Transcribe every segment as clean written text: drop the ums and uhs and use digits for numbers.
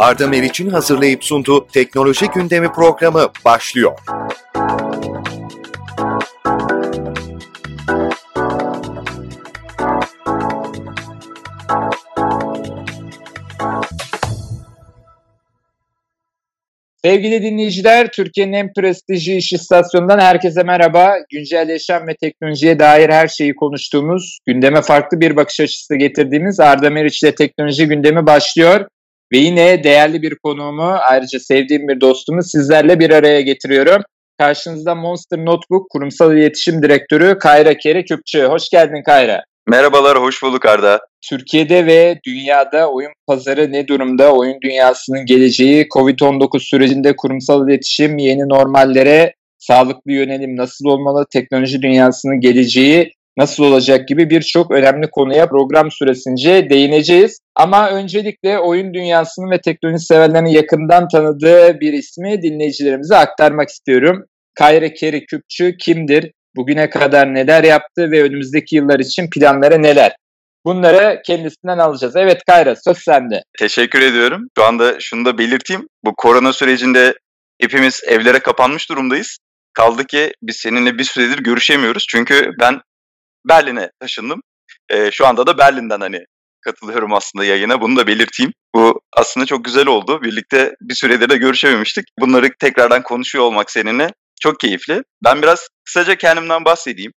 Arda Meriç'in hazırlayıp sunduğu Teknoloji Gündemi programı başlıyor. Sevgili dinleyiciler, Türkiye'nin en prestijli iş istasyonundan herkese merhaba. Güncel yaşam ve teknolojiye dair her şeyi konuştuğumuz, gündeme farklı bir bakış açısı getirdiğimiz Arda Meriç ile Teknoloji Gündemi başlıyor. Ve yine değerli bir konuğumu, ayrıca sevdiğim bir dostumu sizlerle bir araya getiriyorum. Karşınızda Monster Notebook Kurumsal İletişim Direktörü Kayra Kere-Küpçü. Hoş geldin Kayra. Merhabalar, hoş bulduk Arda. Türkiye'de ve dünyada oyun pazarı ne durumda? Oyun dünyasının geleceği, Covid-19 sürecinde kurumsal iletişim, yeni normallere, sağlıklı yönelim nasıl olmalı, teknoloji dünyasının geleceği nasıl olacak gibi birçok önemli konuya program süresince değineceğiz. Ama öncelikle oyun dünyasının ve teknoloji severlerin yakından tanıdığı bir ismi dinleyicilerimize aktarmak istiyorum. Kayra Kere-Küpçü kimdir? Bugüne kadar neler yaptı ve önümüzdeki yıllar için planları neler? Bunları kendisinden alacağız. Evet Kayra, söz sende. Teşekkür ediyorum. Şu anda şunu da belirteyim. Bu korona sürecinde hepimiz evlere kapanmış durumdayız. Kaldı ki biz seninle bir süredir görüşemiyoruz. Çünkü ben Berlin'e taşındım. Şu anda da Berlin'den katılıyorum aslında yayına. Bunu da belirteyim. Bu aslında çok güzel oldu. Birlikte bir süredir de görüşememiştik. Bunları tekrardan konuşuyor olmak seninle çok keyifli. Ben biraz kısaca kendimden bahsedeyim.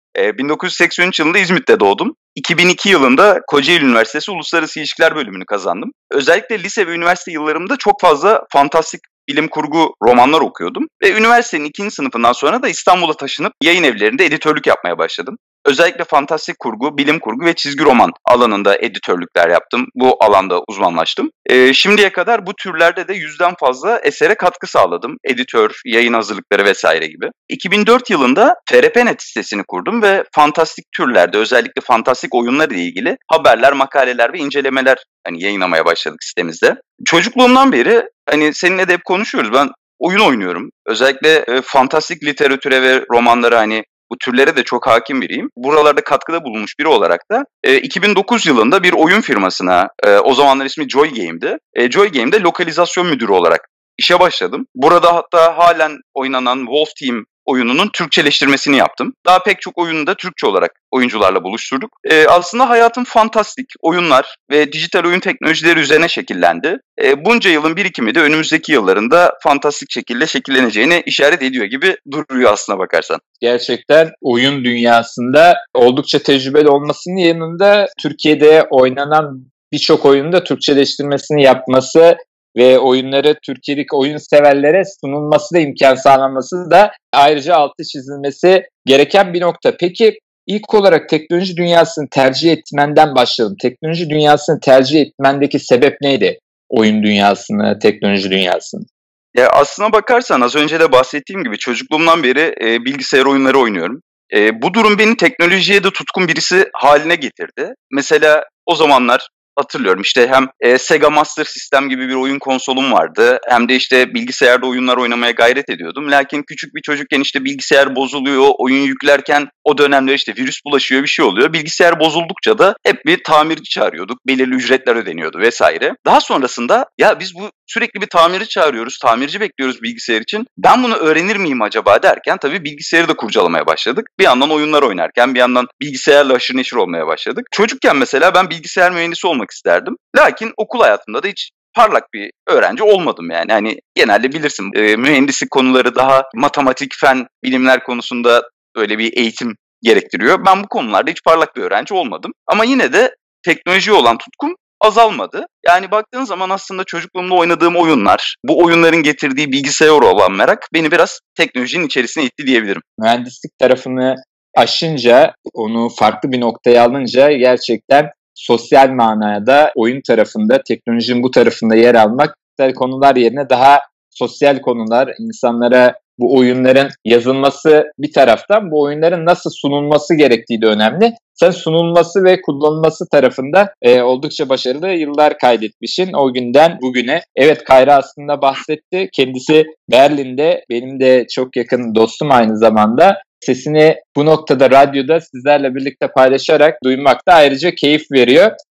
1983 yılında İzmit'te doğdum. 2002 yılında Kocaeli Üniversitesi Uluslararası İlişkiler bölümünü kazandım. Özellikle lise ve üniversite yıllarımda çok fazla fantastik bilim kurgu romanlar okuyordum. Ve üniversitenin 2. sınıfından sonra da İstanbul'a taşınıp yayın evlerinde editörlük yapmaya başladım. Özellikle fantastik kurgu, bilim kurgu ve çizgi roman alanında editörlükler yaptım. Bu alanda uzmanlaştım. Şimdiye kadar bu türlerde de 100'den fazla esere katkı sağladım. Editör, yayın hazırlıkları vesaire gibi. 2004 yılında FRP.net sitesini kurdum ve fantastik türlerde, özellikle fantastik oyunlar ile ilgili haberler, makaleler ve incelemeler yayınlamaya başladık sitemizde. Çocukluğumdan beri seninle de hep konuşuyoruz. Ben oyun oynuyorum. Özellikle fantastik literatüre ve romanlara bu türlere de çok hakim biriyim. Buralarda katkıda bulunmuş biri olarak da 2009 yılında bir oyun firmasına, o zamanlar ismi Joy Game'di. Joy Game'de lokalizasyon müdürü olarak işe başladım. Burada hatta halen oynanan Wolf Team oyununun Türkçeleştirmesini yaptım. Daha pek çok oyunu da Türkçe olarak oyuncularla buluşturduk. Aslında hayatım fantastik oyunlar ve dijital oyun teknolojileri üzerine şekillendi. Bunca yılın birikimi de önümüzdeki yıllarında fantastik şekilde şekilleneceğine işaret ediyor gibi duruyor aslına bakarsan. Gerçekten oyun dünyasında oldukça tecrübeli olmasının yanında Türkiye'de oynanan birçok oyunu da Türkçeleştirmesini yapması ve oyunları Türkiye'deki oyun severlere sunulması da imkan sağlanması da ayrıca altı çizilmesi gereken bir nokta. Peki ilk olarak teknoloji dünyasını tercih etmenden başlayalım. Teknoloji dünyasını tercih etmendeki sebep neydi? Oyun dünyasını, teknoloji dünyasını. Ya aslına bakarsan az önce de bahsettiğim gibi çocukluğumdan beri bilgisayar oyunları oynuyorum. Bu durum beni teknolojiye de tutkun birisi haline getirdi. Mesela o zamanlar hatırlıyorum hem Sega Master System gibi bir oyun konsolum vardı hem de bilgisayarda oyunlar oynamaya gayret ediyordum. Lakin küçük bir çocukken bilgisayar bozuluyor, oyun yüklerken o dönemde virüs bulaşıyor, bir şey oluyor. Bilgisayar bozuldukça da hep bir tamirci çağırıyorduk, belirli ücretler ödeniyordu vesaire. Daha sonrasında ya biz bu sürekli bir tamirci çağırıyoruz, tamirci bekliyoruz bilgisayar için. Ben bunu öğrenir miyim acaba derken tabii bilgisayarı da kurcalamaya başladık. Bir yandan oyunlar oynarken bir yandan bilgisayarla haşır neşir olmaya başladık. Çocukken mesela ben bilgisayar mühendisi olmak isterdim. Lakin okul hayatımda da hiç parlak bir öğrenci olmadım yani. Genelde bilirsin mühendislik konuları daha matematik, fen, bilimler konusunda öyle bir eğitim gerektiriyor. Ben bu konularda hiç parlak bir öğrenci olmadım. Ama yine de teknolojiye olan tutkum azalmadı. Yani baktığın zaman aslında çocukluğumda oynadığım oyunlar, bu oyunların getirdiği bilgisayara olan merak beni biraz teknolojinin içerisine itti diyebilirim. Mühendislik tarafını aşınca, onu farklı bir noktaya alınca gerçekten sosyal manada oyun tarafında, teknolojinin bu tarafında yer almak, konular yerine daha sosyal konular, insanlara bu oyunların yazılması bir taraftan, bu oyunların nasıl sunulması gerektiği de önemli. Sen sunulması ve kullanılması tarafında oldukça başarılı yıllar kaydetmişsin o günden bugüne. Evet, Kayra aslında bahsetti. Kendisi Berlin'de, benim de çok yakın dostum aynı zamanda. Sesini bu noktada radyoda sizlerle birlikte paylaşarak duymak da ayrıca keyif veriyor.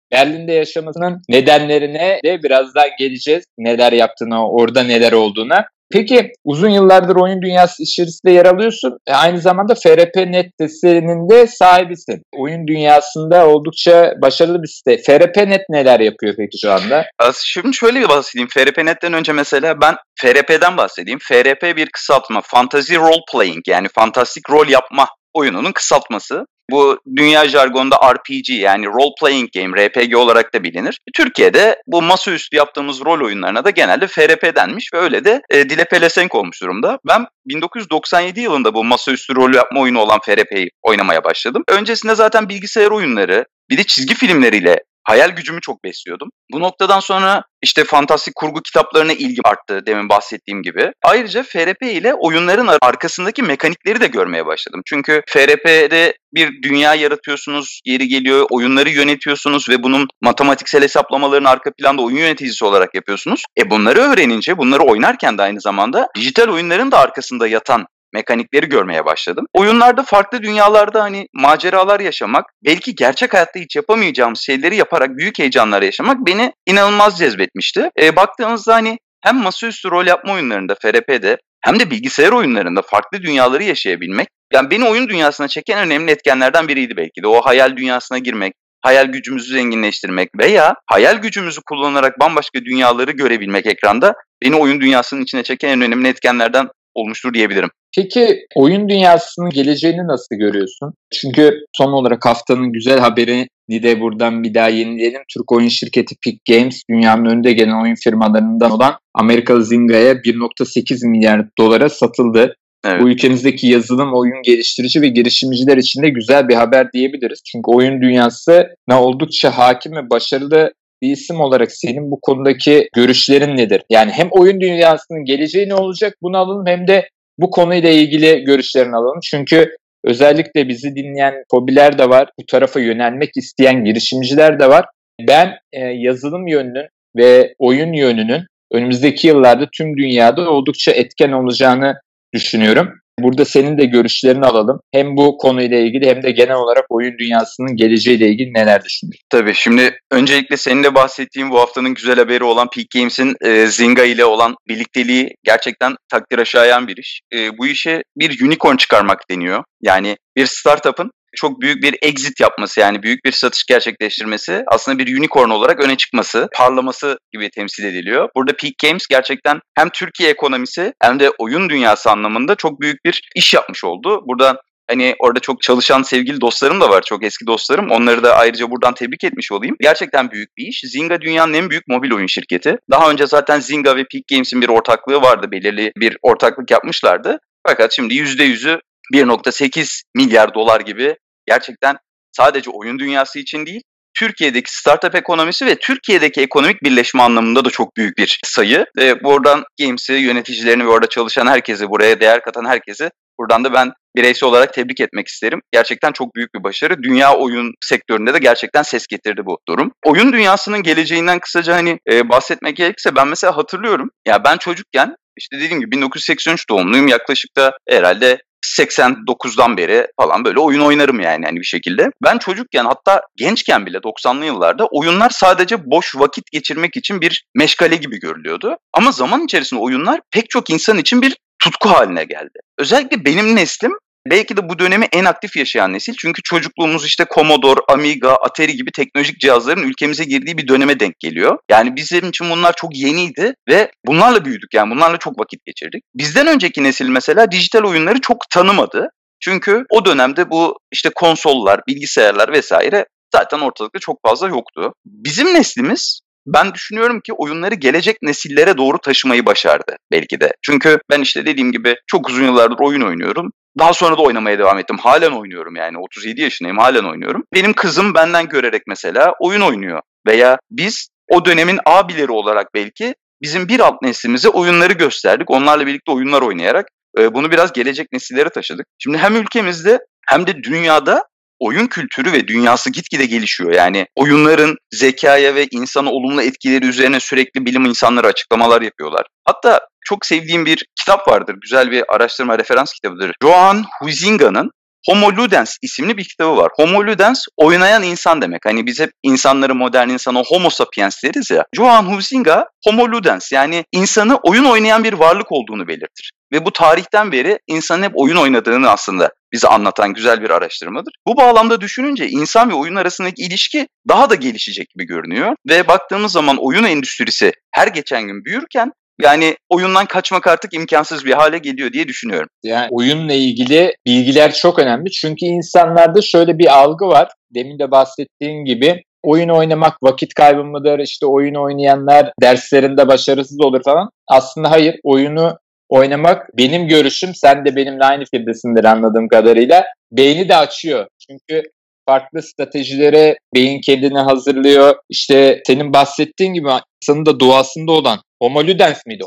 Berlin'de yaşamasının nedenlerine de birazdan geleceğiz. Neler yaptığına, orada neler olduğuna. Peki uzun yıllardır oyun dünyası içerisinde yer alıyorsun. Aynı zamanda FRP.net sitesinin de sahibisin. Oyun dünyasında oldukça başarılı bir site. FRP.net neler yapıyor peki şu anda? Şimdi şöyle bir bahsedeyim. FRP.net'ten önce mesela ben FRP'den bahsedeyim. FRP bir kısaltma. Fantasy Role Playing, yani fantastik rol yapma oyununun kısaltması. Bu dünya jargonunda RPG, yani Role Playing Game, RPG olarak da bilinir. Türkiye'de bu masaüstü yaptığımız rol oyunlarına da genelde FRP denmiş ve öyle de dile pelesenk olmuş durumda. Ben 1997 yılında bu masaüstü rol yapma oyunu olan FRP'yi oynamaya başladım. Öncesinde zaten bilgisayar oyunları, bir de çizgi filmleriyle hayal gücümü çok besliyordum. Bu noktadan sonra işte fantastik kurgu kitaplarına ilgim arttı, demin bahsettiğim gibi. Ayrıca FRP ile oyunların arkasındaki mekanikleri de görmeye başladım. Çünkü FRP'de bir dünya yaratıyorsunuz, yeri geliyor oyunları yönetiyorsunuz ve bunun matematiksel hesaplamalarını arka planda oyun yöneticisi olarak yapıyorsunuz. Bunları öğrenince, bunları oynarken de aynı zamanda dijital oyunların da arkasında yatan mekanikleri görmeye başladım. Oyunlarda farklı dünyalarda hani maceralar yaşamak, belki gerçek hayatta hiç yapamayacağım şeyleri yaparak büyük heyecanlar yaşamak beni inanılmaz cezbetmişti. Baktığımızda hani hem masaüstü rol yapma oyunlarında, FRP'de, hem de bilgisayar oyunlarında farklı dünyaları yaşayabilmek, yani beni oyun dünyasına çeken önemli etkenlerden biriydi belki de. O hayal dünyasına girmek, hayal gücümüzü zenginleştirmek veya hayal gücümüzü kullanarak bambaşka dünyaları görebilmek ekranda beni oyun dünyasının içine çeken en önemli etkenlerden olmuştur diyebilirim. Peki oyun dünyasının geleceğini nasıl görüyorsun? Çünkü son olarak haftanın güzel haberini de buradan bir daha yenileyelim. Türk oyun şirketi Peak Games, dünyanın önde gelen oyun firmalarından olan Amerikalı Zynga'ya 1.8 milyar dolara satıldı. Evet. Bu ülkemizdeki yazılım, oyun geliştirici ve girişimciler için de güzel bir haber diyebiliriz. Çünkü oyun dünyasına oldukça hakim ve başarılı bir isim olarak senin bu konudaki görüşlerin nedir? Yani hem oyun dünyasının geleceği ne olacak bunu alalım, hem de bu konuyla ilgili görüşlerini alalım. Çünkü özellikle bizi dinleyen hobiler de var, bu tarafa yönelmek isteyen girişimciler de var. Ben yazılım yönünün ve oyun yönünün önümüzdeki yıllarda tüm dünyada oldukça etken olacağını düşünüyorum. Burada senin de görüşlerini alalım. Hem bu konuyla ilgili hem de genel olarak oyun dünyasının geleceğiyle ilgili neler düşünüyorsun? Tabii, şimdi öncelikle senin de bahsettiğin bu haftanın güzel haberi olan Peak Games'in Zynga ile olan birlikteliği gerçekten takdire şayan bir iş. Bu işe bir unicorn çıkarmak deniyor. Yani bir startup'ın çok büyük bir exit yapması, yani büyük bir satış gerçekleştirmesi, aslında bir unicorn olarak öne çıkması, parlaması gibi temsil ediliyor. Burada Peak Games gerçekten hem Türkiye ekonomisi hem de oyun dünyası anlamında çok büyük bir iş yapmış oldu. Buradan hani orada çok çalışan sevgili dostlarım da var, çok eski dostlarım. Onları da ayrıca buradan tebrik etmiş olayım. Gerçekten büyük bir iş. Zynga dünyanın en büyük mobil oyun şirketi. Daha önce zaten Zynga ve Peak Games'in bir ortaklığı vardı. Belirli bir ortaklık yapmışlardı. Fakat şimdi %100'ü 1.8 milyar dolar gibi, gerçekten sadece oyun dünyası için değil, Türkiye'deki startup ekonomisi ve Türkiye'deki ekonomik birleşme anlamında da çok büyük bir sayı. Buradan Games'i, yöneticilerini ve orada çalışan herkesi, buraya değer katan herkesi buradan da ben bireysel olarak tebrik etmek isterim. Gerçekten çok büyük bir başarı. Dünya oyun sektöründe de gerçekten ses getirdi bu durum. Oyun dünyasının geleceğinden kısaca bahsetmek gerekirse, ben mesela hatırlıyorum. Ya ben çocukken, işte dediğim gibi 1983 doğumluyum. Yaklaşık da herhalde 89'dan beri falan böyle oyun oynarım yani bir şekilde. Ben çocukken, hatta gençken bile 90'lı yıllarda oyunlar sadece boş vakit geçirmek için bir meşgale gibi görülüyordu. Ama zaman içerisinde oyunlar pek çok insan için bir tutku haline geldi. Özellikle benim neslim belki de bu dönemi en aktif yaşayan nesil. Çünkü çocukluğumuz işte Commodore, Amiga, Atari gibi teknolojik cihazların ülkemize girdiği bir döneme denk geliyor. Yani bizim için bunlar çok yeniydi ve bunlarla büyüdük, yani bunlarla çok vakit geçirdik. Bizden önceki nesil mesela dijital oyunları çok tanımadı. Çünkü o dönemde bu işte konsollar, bilgisayarlar vesaire zaten ortalıkta çok fazla yoktu. Bizim neslimiz, ben düşünüyorum ki oyunları gelecek nesillere doğru taşımayı başardı belki de. Çünkü ben işte dediğim gibi çok uzun yıllardır oyun oynuyorum. Daha sonra da oynamaya devam ettim. Halen oynuyorum yani. 37 yaşındayım, halen oynuyorum. Benim kızım benden görerek mesela oyun oynuyor. Veya biz o dönemin abileri olarak belki bizim bir alt neslimize oyunları gösterdik. Onlarla birlikte oyunlar oynayarak bunu biraz gelecek nesillere taşıdık. Şimdi hem ülkemizde hem de dünyada oyun kültürü ve dünyası gitgide gelişiyor. Yani oyunların zekaya ve insana olumlu etkileri üzerine sürekli bilim insanları açıklamalar yapıyorlar. Hatta çok sevdiğim bir kitap vardır. Güzel bir araştırma referans kitabıdır. Johan Huizinga'nın Homo Ludens isimli bir kitabı var. Homo Ludens oynayan insan demek. Hani biz hep insanları, modern insana Homo sapiens deriz ya. Johan Huizinga Homo Ludens, yani insanı oyun oynayan bir varlık olduğunu belirtir. Ve bu tarihten beri insanın hep oyun oynadığını aslında bize anlatan güzel bir araştırmadır. Bu bağlamda düşününce insan ve oyun arasındaki ilişki daha da gelişecek gibi görünüyor. Ve baktığımız zaman oyun endüstrisi her geçen gün büyürken yani oyundan kaçmak artık imkansız bir hale geliyor diye düşünüyorum. Yani oyunla ilgili bilgiler çok önemli. Çünkü insanlarda şöyle bir algı var. Demin de bahsettiğim gibi oyun oynamak vakit kaybı mıdır? İşte oyun oynayanlar derslerinde başarısız olur falan. Aslında hayır, oyunu oynamak benim görüşüm, sen de benimle aynı fikirdesindir anladığım kadarıyla. Beyni de açıyor. Çünkü farklı stratejilere beyin kendini hazırlıyor. İşte senin bahsettiğin gibi insanın da doğasında olan Homo Ludens miydi?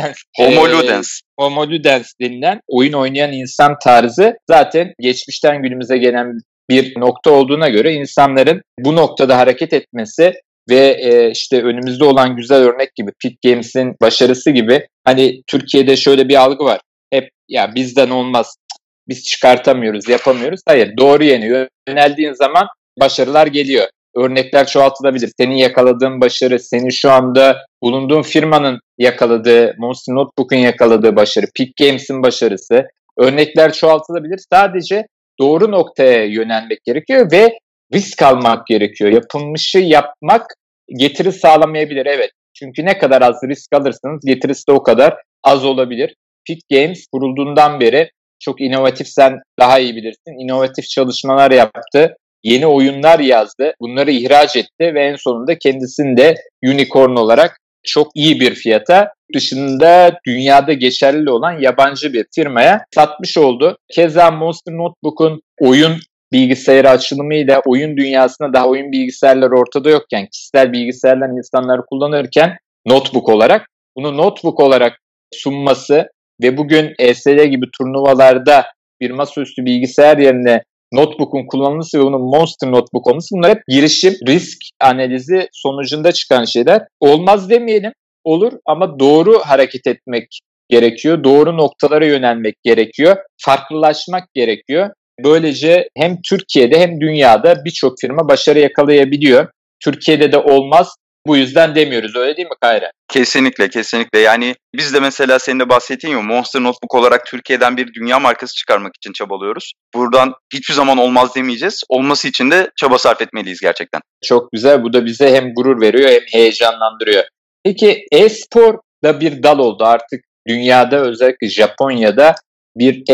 Homo Ludens denilen oyun oynayan insan tarzı zaten geçmişten günümüze gelen bir nokta olduğuna göre insanların bu noktada hareket etmesi ve işte önümüzde olan güzel örnek gibi Peak Games'in başarısı gibi, hani Türkiye'de şöyle bir algı var. Hep ya bizden olmaz, biz çıkartamıyoruz, yapamıyoruz. Hayır, doğru yöneldiğin zaman başarılar geliyor. Örnekler çoğaltılabilir. Senin yakaladığın başarı, senin şu anda bulunduğun firmanın yakaladığı, Monster Notebook'un yakaladığı başarı, Peak Games'in başarısı. Örnekler çoğaltılabilir. Sadece doğru noktaya yönelmek gerekiyor ve risk almak gerekiyor. Yapılmışı yapmak getiri sağlamayabilir, evet. Çünkü ne kadar az risk alırsanız getirisi de o kadar az olabilir. Peak Games kurulduğundan beri çok inovatif, sen daha iyi bilirsin, inovatif çalışmalar yaptı. Yeni oyunlar yazdı. Bunları ihraç etti ve en sonunda kendisini de unicorn olarak çok iyi bir fiyata dışında dünyada geçerli olan yabancı bir firmaya satmış oldu. Keza Monster Notebook'un oyun bilgisayarı açılımıyla oyun dünyasına, daha oyun bilgisayarları ortada yokken, kişisel bilgisayarlar insanlar kullanırken notebook olarak, bunu notebook olarak sunması ve bugün ESL gibi turnuvalarda bir masaüstü bilgisayar yerine notebook'un kullanılması ve bunun Monster Notebook olması, bunlar hep girişim, risk analizi sonucunda çıkan şeyler. Olmaz demeyelim, olur, ama doğru hareket etmek gerekiyor. Doğru noktalara yönelmek gerekiyor. Farklılaşmak gerekiyor. Böylece hem Türkiye'de hem dünyada birçok firma başarı yakalayabiliyor. Türkiye'de de olmaz, bu yüzden demiyoruz, öyle değil mi Kayra? Kesinlikle. Yani biz de mesela senin de bahsettiğin gibi Monster Notebook olarak Türkiye'den bir dünya markası çıkarmak için çabalıyoruz. Buradan hiçbir zaman olmaz demeyeceğiz. Olması için de çaba sarf etmeliyiz gerçekten. Çok güzel. Bu da bize hem gurur veriyor hem heyecanlandırıyor. Peki e-spor da bir dal oldu artık. Dünyada, özellikle Japonya'da bir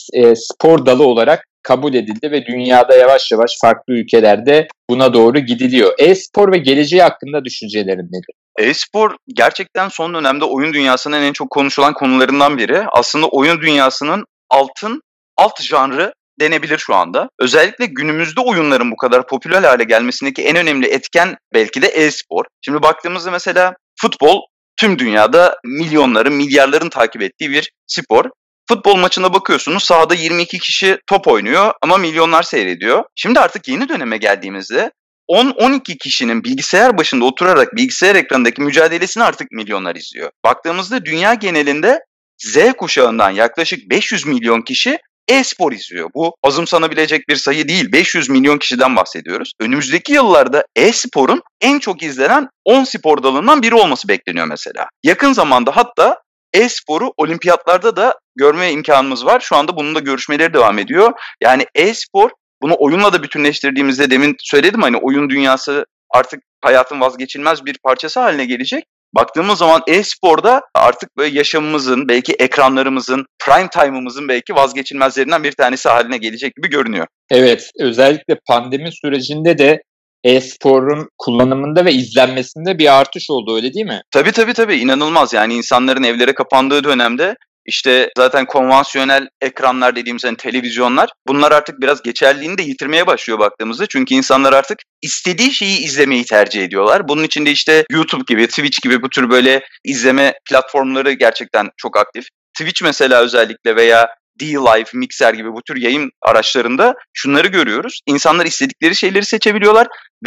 e-spor dalı olarak kabul edildi ve dünyada yavaş yavaş farklı ülkelerde buna doğru gidiliyor. E-spor ve geleceği hakkında düşüncelerin nedir? E-spor gerçekten son dönemde oyun dünyasının en çok konuşulan konularından biri. Aslında oyun dünyasının alt janrı denebilir şu anda. Özellikle günümüzde oyunların bu kadar popüler hale gelmesindeki en önemli etken belki de e-spor. Şimdi baktığımızda mesela futbol tüm dünyada milyonların, milyarların takip ettiği bir spor. Futbol maçına bakıyorsunuz, sahada 22 kişi top oynuyor ama milyonlar seyrediyor. Şimdi artık yeni döneme geldiğimizde 10-12 kişinin bilgisayar başında oturarak bilgisayar ekranındaki mücadelesini artık milyonlar izliyor. Baktığımızda dünya genelinde Z kuşağından yaklaşık 500 milyon kişi e-spor izliyor. Bu azımsanabilecek bir sayı değil. 500 milyon kişiden bahsediyoruz. Önümüzdeki yıllarda e-sporun en çok izlenen 10 spor dalından biri olması bekleniyor mesela. Yakın zamanda hatta e-sporu olimpiyatlarda da görme imkanımız var. Şu anda bunun da görüşmeleri devam ediyor. Yani e-spor, bunu oyunla da bütünleştirdiğimizde, demin söyledim hani oyun dünyası artık hayatın vazgeçilmez bir parçası haline gelecek. Baktığımız zaman e-sporda artık böyle yaşamımızın, belki ekranlarımızın, prime time'ımızın belki vazgeçilmezlerinden bir tanesi haline gelecek gibi görünüyor. Evet, özellikle pandemi sürecinde de e-sporun kullanımında ve izlenmesinde bir artış oldu, öyle değil mi? Tabii inanılmaz, yani insanların evlere kapandığı dönemde işte zaten konvansiyonel ekranlar dediğimiz hani televizyonlar, bunlar artık biraz geçerliliğini de yitirmeye başlıyor baktığımızda. Çünkü insanlar artık istediği şeyi izlemeyi tercih ediyorlar. Bunun için de işte YouTube gibi, Twitch gibi bu tür böyle izleme platformları gerçekten çok aktif. Twitch mesela özellikle veya D-Live, Mixer gibi bu tür yayın araçlarında şunları görüyoruz. İnsanlar istedikleri şeyleri seçebiliyorlar ve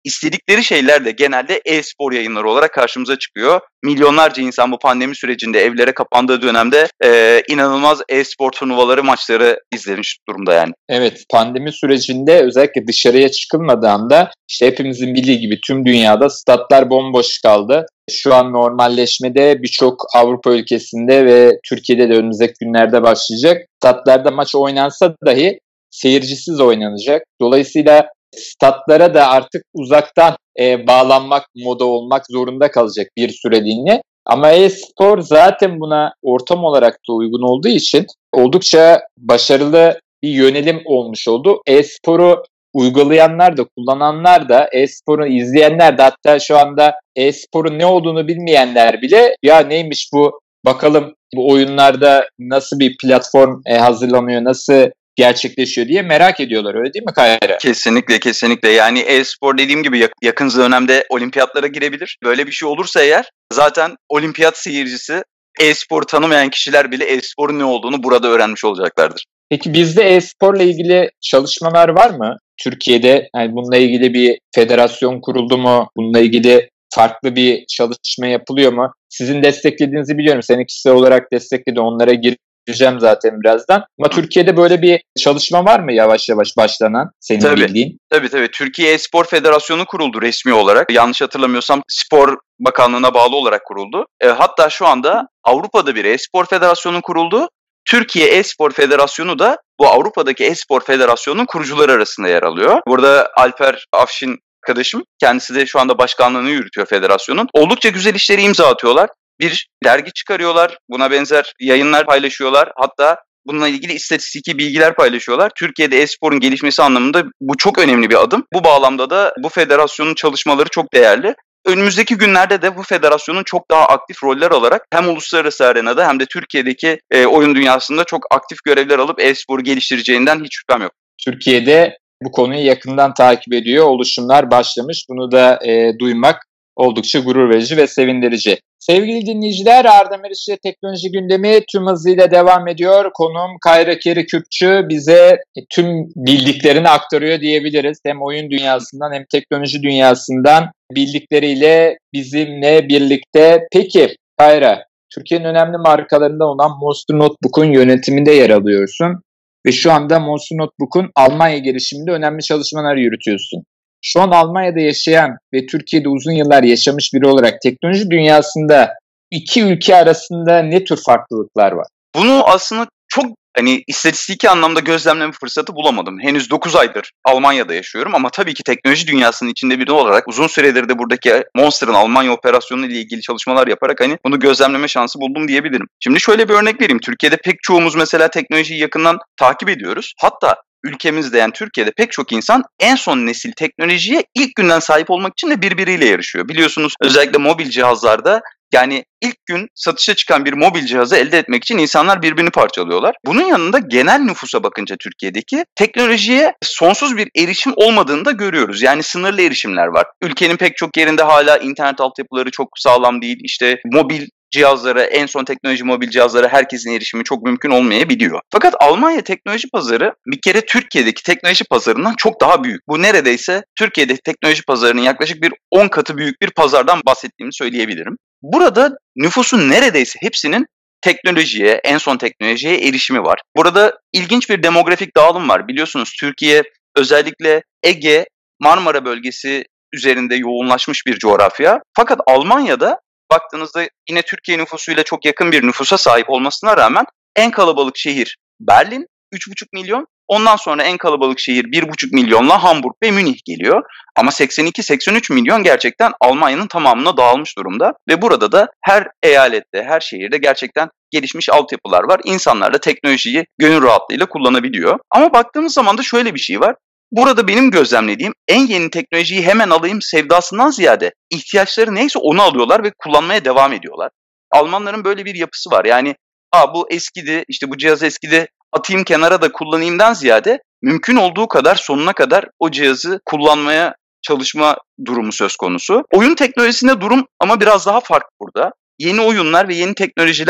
istedikleri şeyler de genelde e-spor yayınları olarak karşımıza çıkıyor. Milyonlarca insan bu pandemi sürecinde evlere kapandığı dönemde inanılmaz e-spor turnuvaları, maçları izlemiş durumda yani. Evet, pandemi sürecinde özellikle dışarıya çıkılmadığında işte hepimizin bildiği gibi tüm dünyada statlar bomboş kaldı. Şu an normalleşmede birçok Avrupa ülkesinde ve Türkiye'de de önümüzdeki günlerde başlayacak. Statlarda maç oynansa dahi seyircisiz oynanacak. Dolayısıyla statlara da artık uzaktan bağlanmak, moda olmak zorunda kalacak bir süreliğine. Ama e-spor zaten buna ortam olarak da uygun olduğu için oldukça başarılı bir yönelim olmuş oldu. E-sporu uygulayanlar da, kullananlar da, e-sporu izleyenler de, hatta şu anda e-sporun ne olduğunu bilmeyenler bile ya neymiş bu, bakalım bu oyunlarda nasıl bir platform hazırlanıyor, nasıl gerçekleşiyor diye merak ediyorlar, öyle değil mi Kayra? Kesinlikle. Yani e-spor dediğim gibi yakın dönemde olimpiyatlara girebilir. Böyle bir şey olursa eğer zaten olimpiyat seyircisi, e-sporu tanımayan kişiler bile e-sporun ne olduğunu burada öğrenmiş olacaklardır. Peki bizde e-sporla ilgili çalışmalar var mı? Türkiye'de yani bununla ilgili bir federasyon kuruldu mu? Bununla ilgili farklı bir çalışma yapılıyor mu? Sizin desteklediğinizi biliyorum. Seni kişisel olarak destekledi. Onlara gireceğim zaten birazdan. Ama Türkiye'de böyle bir çalışma var mı yavaş yavaş başlanan senin bildiğin? Tabii. Türkiye E-Spor Federasyonu kuruldu resmi olarak. Yanlış hatırlamıyorsam Spor Bakanlığı'na bağlı olarak kuruldu. Hatta şu anda Avrupa'da bir E-Spor Federasyonu kuruldu. Türkiye E-Spor Federasyonu da bu Avrupa'daki E-Spor Federasyonu'nun kurucuları arasında yer alıyor. Burada Alper Afşin arkadaşım, kendisi de şu anda başkanlığını yürütüyor federasyonun. Oldukça güzel işleri imza atıyorlar. Bir dergi çıkarıyorlar, buna benzer yayınlar paylaşıyorlar. Hatta bununla ilgili istatistiki bilgiler paylaşıyorlar. Türkiye'de e-sporun gelişmesi anlamında bu çok önemli bir adım. Bu bağlamda da bu federasyonun çalışmaları çok değerli. Önümüzdeki günlerde de bu federasyonun çok daha aktif roller alarak hem uluslararası arenada hem de Türkiye'deki oyun dünyasında çok aktif görevler alıp e-sporu geliştireceğinden hiç şüphem yok. Türkiye'de bu konuyu yakından takip ediyor, oluşumlar başlamış. Bunu da duymak oldukça gurur verici ve sevindirici. Sevgili dinleyiciler, Arda Meriç'le teknoloji gündemi tüm hızıyla devam ediyor. Konuğum Kayra Kerikürkçü bize tüm bildiklerini aktarıyor diyebiliriz. Hem oyun dünyasından hem teknoloji dünyasından bildikleriyle bizimle birlikte. Peki Kayra, Türkiye'nin önemli markalarından olan Monster Notebook'un yönetiminde yer alıyorsun. Ve şu anda Monster Notebook'un Almanya girişiminde önemli çalışmalar yürütüyorsun. Şu an Almanya'da yaşayan ve Türkiye'de uzun yıllar yaşamış biri olarak teknoloji dünyasında iki ülke arasında ne tür farklılıklar var? Bunu aslında çok istatistiki anlamda gözlemleme fırsatı bulamadım. Henüz 9 aydır Almanya'da yaşıyorum ama tabii ki teknoloji dünyasının içinde biri olarak uzun süredir de buradaki Monster'ın Almanya operasyonu ile ilgili çalışmalar yaparak bunu gözlemleme şansı buldum diyebilirim. Şimdi şöyle bir örnek vereyim. Türkiye'de pek çoğumuz mesela teknolojiyi yakından takip ediyoruz. Hatta ülkemizde, yani Türkiye'de pek çok insan en son nesil teknolojiye ilk günden sahip olmak için de birbiriyle yarışıyor. Biliyorsunuz özellikle mobil cihazlarda yani ilk gün satışa çıkan bir mobil cihazı elde etmek için insanlar birbirini parçalıyorlar. Bunun yanında genel nüfusa bakınca Türkiye'deki teknolojiye sonsuz bir erişim olmadığını da görüyoruz. Yani sınırlı erişimler var. Ülkenin pek çok yerinde hala internet altyapıları çok sağlam değil. İşte mobil cihazlara, en son teknoloji mobil cihazlara herkesin erişimi çok mümkün olmayabiliyor. Fakat Almanya teknoloji pazarı bir kere Türkiye'deki teknoloji pazarından çok daha büyük. Bu neredeyse Türkiye'deki teknoloji pazarının yaklaşık bir 10 katı büyük bir pazardan bahsettiğimi söyleyebilirim. Burada nüfusun neredeyse hepsinin teknolojiye, en son teknolojiye erişimi var. Burada ilginç bir demografik dağılım var. Biliyorsunuz Türkiye özellikle Ege, Marmara bölgesi üzerinde yoğunlaşmış bir coğrafya. Fakat Almanya'da baktığınızda yine Türkiye nüfusuyla çok yakın bir nüfusa sahip olmasına rağmen en kalabalık şehir Berlin, 3,5 milyon. Ondan sonra en kalabalık şehir 1,5 milyonla Hamburg ve Münih geliyor. Ama 82-83 milyon gerçekten Almanya'nın tamamına dağılmış durumda. Ve burada da her eyalette, her şehirde gerçekten gelişmiş altyapılar var. İnsanlar da teknolojiyi gönül rahatlığıyla kullanabiliyor. Ama baktığımız zaman da şöyle bir şey var. Burada benim gözlemlediğim en yeni teknolojiyi hemen alayım sevdasından ziyade ihtiyaçları neyse onu alıyorlar ve kullanmaya devam ediyorlar. Almanların böyle bir yapısı var. Yani bu eskidi, işte bu cihaz eskidi, atayım kenara da kullanayımdan ziyade mümkün olduğu kadar sonuna kadar o cihazı kullanmaya çalışma durumu söz konusu. Oyun teknolojisinde durum ama biraz daha farklı burada. Yeni oyunlar ve yeni teknolojiler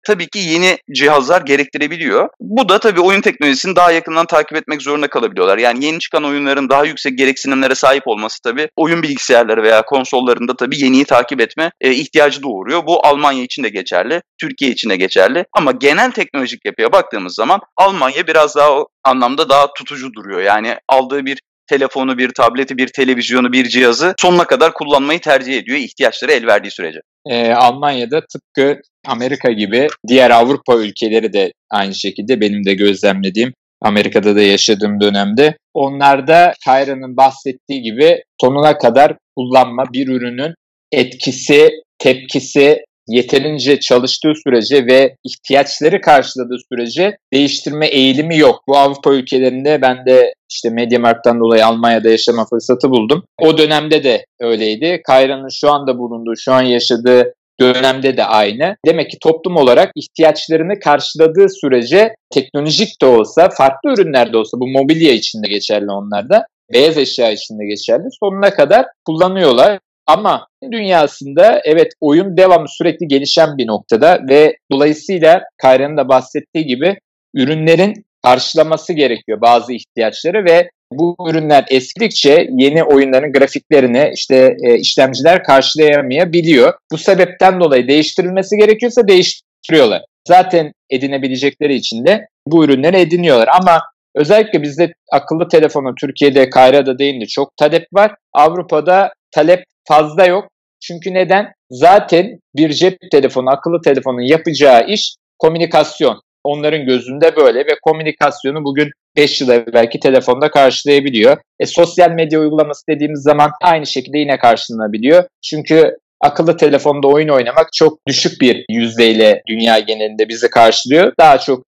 tabii ki yeni cihazlar gerektirebiliyor. Bu da tabii oyun teknolojisini daha yakından takip etmek zorunda kalabiliyorlar. Yani yeni çıkan oyunların daha yüksek gereksinimlere sahip olması tabii oyun bilgisayarları veya konsollarında tabii yeniyi takip etme ihtiyacı doğuruyor. Bu Almanya için de geçerli, Türkiye için de geçerli. Ama genel teknolojik yapıya baktığımız zaman Almanya biraz daha o anlamda daha tutucu duruyor. Yani aldığı bir telefonu, bir tableti, bir televizyonu, bir cihazı sonuna kadar kullanmayı tercih ediyor ihtiyaçları el verdiği sürece. Almanya'da tıpkı Amerika gibi diğer Avrupa ülkeleri de aynı şekilde benim de gözlemlediğim, Amerika'da da yaşadığım dönemde onlarda Kayra'nın bahsettiği gibi sonuna kadar kullanma, bir ürünün etkisi, tepkisi yeterince çalıştığı sürece ve ihtiyaçları karşıladığı sürece değiştirme eğilimi yok. Bu Avrupa ülkelerinde ben de işte MediaMarkt'tan dolayı Almanya'da yaşama fırsatı buldum. O dönemde de öyleydi. Kayra'nın şu anda bulunduğu, şu an yaşadığı dönemde de aynı. Demek ki toplum olarak ihtiyaçlarını karşıladığı sürece teknolojik de olsa, farklı ürünler de olsa, bu mobilya için de geçerli onlarda, beyaz eşya için de geçerli, sonuna kadar kullanıyorlar. Ama dünyasında evet oyun devamlı sürekli gelişen bir noktada ve dolayısıyla Kayra'nın da bahsettiği gibi ürünlerin karşılaması gerekiyor bazı ihtiyaçları ve bu ürünler eskidikçe yeni oyunların grafiklerini işlemciler karşılayamayabiliyor. Bu sebepten dolayı değiştirilmesi gerekiyorsa değiştiriyorlar. Zaten edinebilecekleri için de bu ürünleri ediniyorlar ama özellikle bizde akıllı telefonu Türkiye'de, Kayra'da değil de çok talep var. Avrupa'da talep fazla yok. Çünkü neden? Zaten bir cep telefonu, akıllı telefonun yapacağı iş komünikasyon. Onların gözünde böyle ve komünikasyonu bugün 5 yıl evvelki telefonda karşılayabiliyor. Sosyal medya uygulaması dediğimiz zaman aynı şekilde yine karşılanabiliyor. Çünkü akıllı telefonda oyun oynamak çok düşük bir yüzdeyle dünya genelinde bizi karşılıyor. Daha çok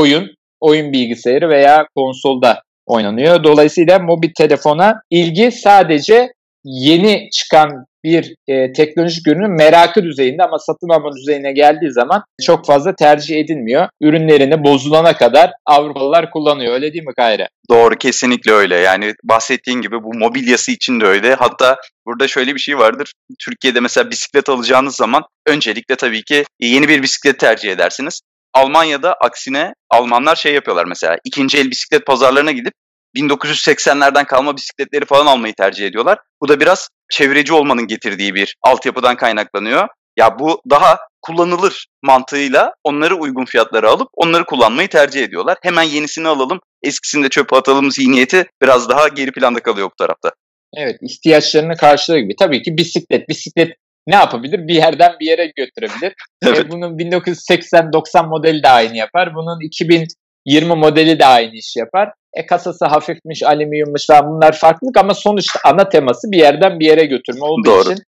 oyun bilgisayarı veya konsolda oynanıyor. Dolayısıyla mobil telefona ilgi sadece yeni çıkan bir teknolojik ürünün merakı düzeyinde ama satın alma düzeyine geldiği zaman çok fazla tercih edilmiyor. Ürünlerini bozulana kadar Avrupalılar kullanıyor. Öyle değil mi Kayra? Doğru, kesinlikle öyle. Yani bahsettiğin gibi bu mobilyası için de öyle. Hatta burada şöyle bir şey vardır. Türkiye'de mesela bisiklet alacağınız zaman öncelikle tabii ki yeni bir bisiklet tercih edersiniz. Almanya'da aksine Almanlar şey yapıyorlar mesela. İkinci el bisiklet pazarlarına gidip 1980'lerden kalma bisikletleri falan almayı tercih ediyorlar. Bu da biraz çevreci olmanın getirdiği bir altyapıdan kaynaklanıyor. Ya bu daha kullanılır mantığıyla onları uygun fiyatlara alıp onları kullanmayı tercih ediyorlar. Hemen yenisini alalım, eskisini de çöpe atalım zihniyeti biraz daha geri planda kalıyor bu tarafta. Evet, ihtiyaçlarını karşılar gibi. Tabii ki bisiklet ne yapabilir? Bir yerden bir yere götürebilir. Evet. Bunun 1980-90 modeli de aynı yapar. Bunun 2020 modeli de aynı iş yapar. Kasası hafifmiş, alüminyummuş falan bunlar farklılık ama sonuçta ana teması bir yerden bir yere götürme olduğu Doğru. için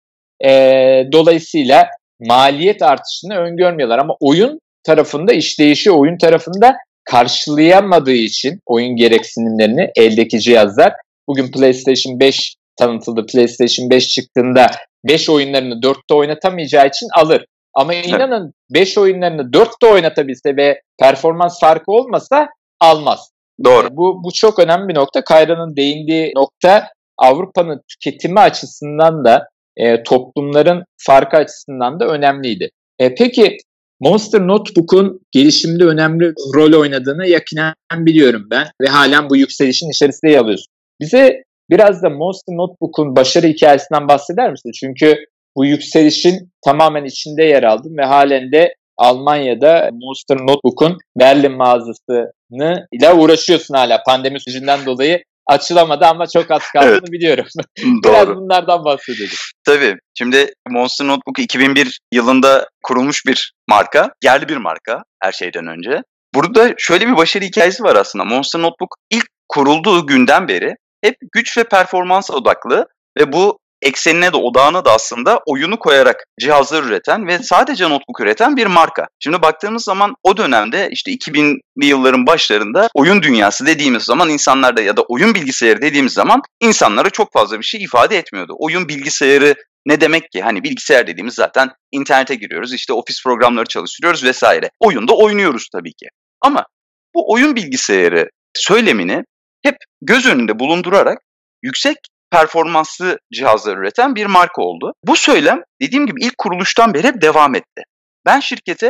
dolayısıyla maliyet artışını öngörmüyorlar ama oyun tarafında işleyişi oyun tarafında karşılayamadığı için oyun gereksinimlerini eldeki cihazlar bugün PlayStation 5 tanıtıldı. PlayStation 5 çıktığında 5 oyunlarını 4'te oynatamayacağı için alır. Ama inanın 5 oyunlarını 4'te oynatabilse ve performans farkı olmasa almaz. Doğru. Bu çok önemli bir nokta. Kayra'nın değindiği nokta Avrupa'nın tüketimi açısından da toplumların farkı açısından da önemliydi. Peki Monster Notebook'un gelişimde önemli rol oynadığını yakinen biliyorum ben ve halen bu yükselişin içerisinde yer alıyorsun. Bize biraz da Monster Notebook'un başarı hikayesinden bahseder misin? Çünkü bu yükselişin tamamen içinde yer aldın ve halen de Almanya'da Monster Notebook'un Berlin mağazasını ile uğraşıyorsun hala. Pandemi sürecinden dolayı açılamadı ama çok az kaldığını biliyorum. Biraz Doğru. bunlardan bahsedelim. Tabii. Şimdi Monster Notebook 2001 yılında kurulmuş bir marka. Yerli bir marka her şeyden önce. Burada şöyle bir başarı hikayesi var aslında. Monster Notebook ilk kurulduğu günden beri hep güç ve performans odaklı ve bu eksenine de odağına da aslında oyunu koyarak cihazlar üreten ve sadece notebook üreten bir marka. Şimdi baktığımız zaman o dönemde işte 2000'li yılların başlarında oyun dünyası dediğimiz zaman insanlarda ya da oyun bilgisayarı dediğimiz zaman insanlara çok fazla bir şey ifade etmiyordu. Oyun bilgisayarı ne demek ki? Hani bilgisayar dediğimiz zaten internete giriyoruz, işte ofis programları çalıştırıyoruz vesaire. Oyunda oynuyoruz tabii ki. Ama bu oyun bilgisayarı söylemini hep göz önünde bulundurarak yüksek performanslı cihazlar üreten bir marka oldu. Bu söylem dediğim gibi ilk kuruluştan beri hep devam etti. Ben şirkete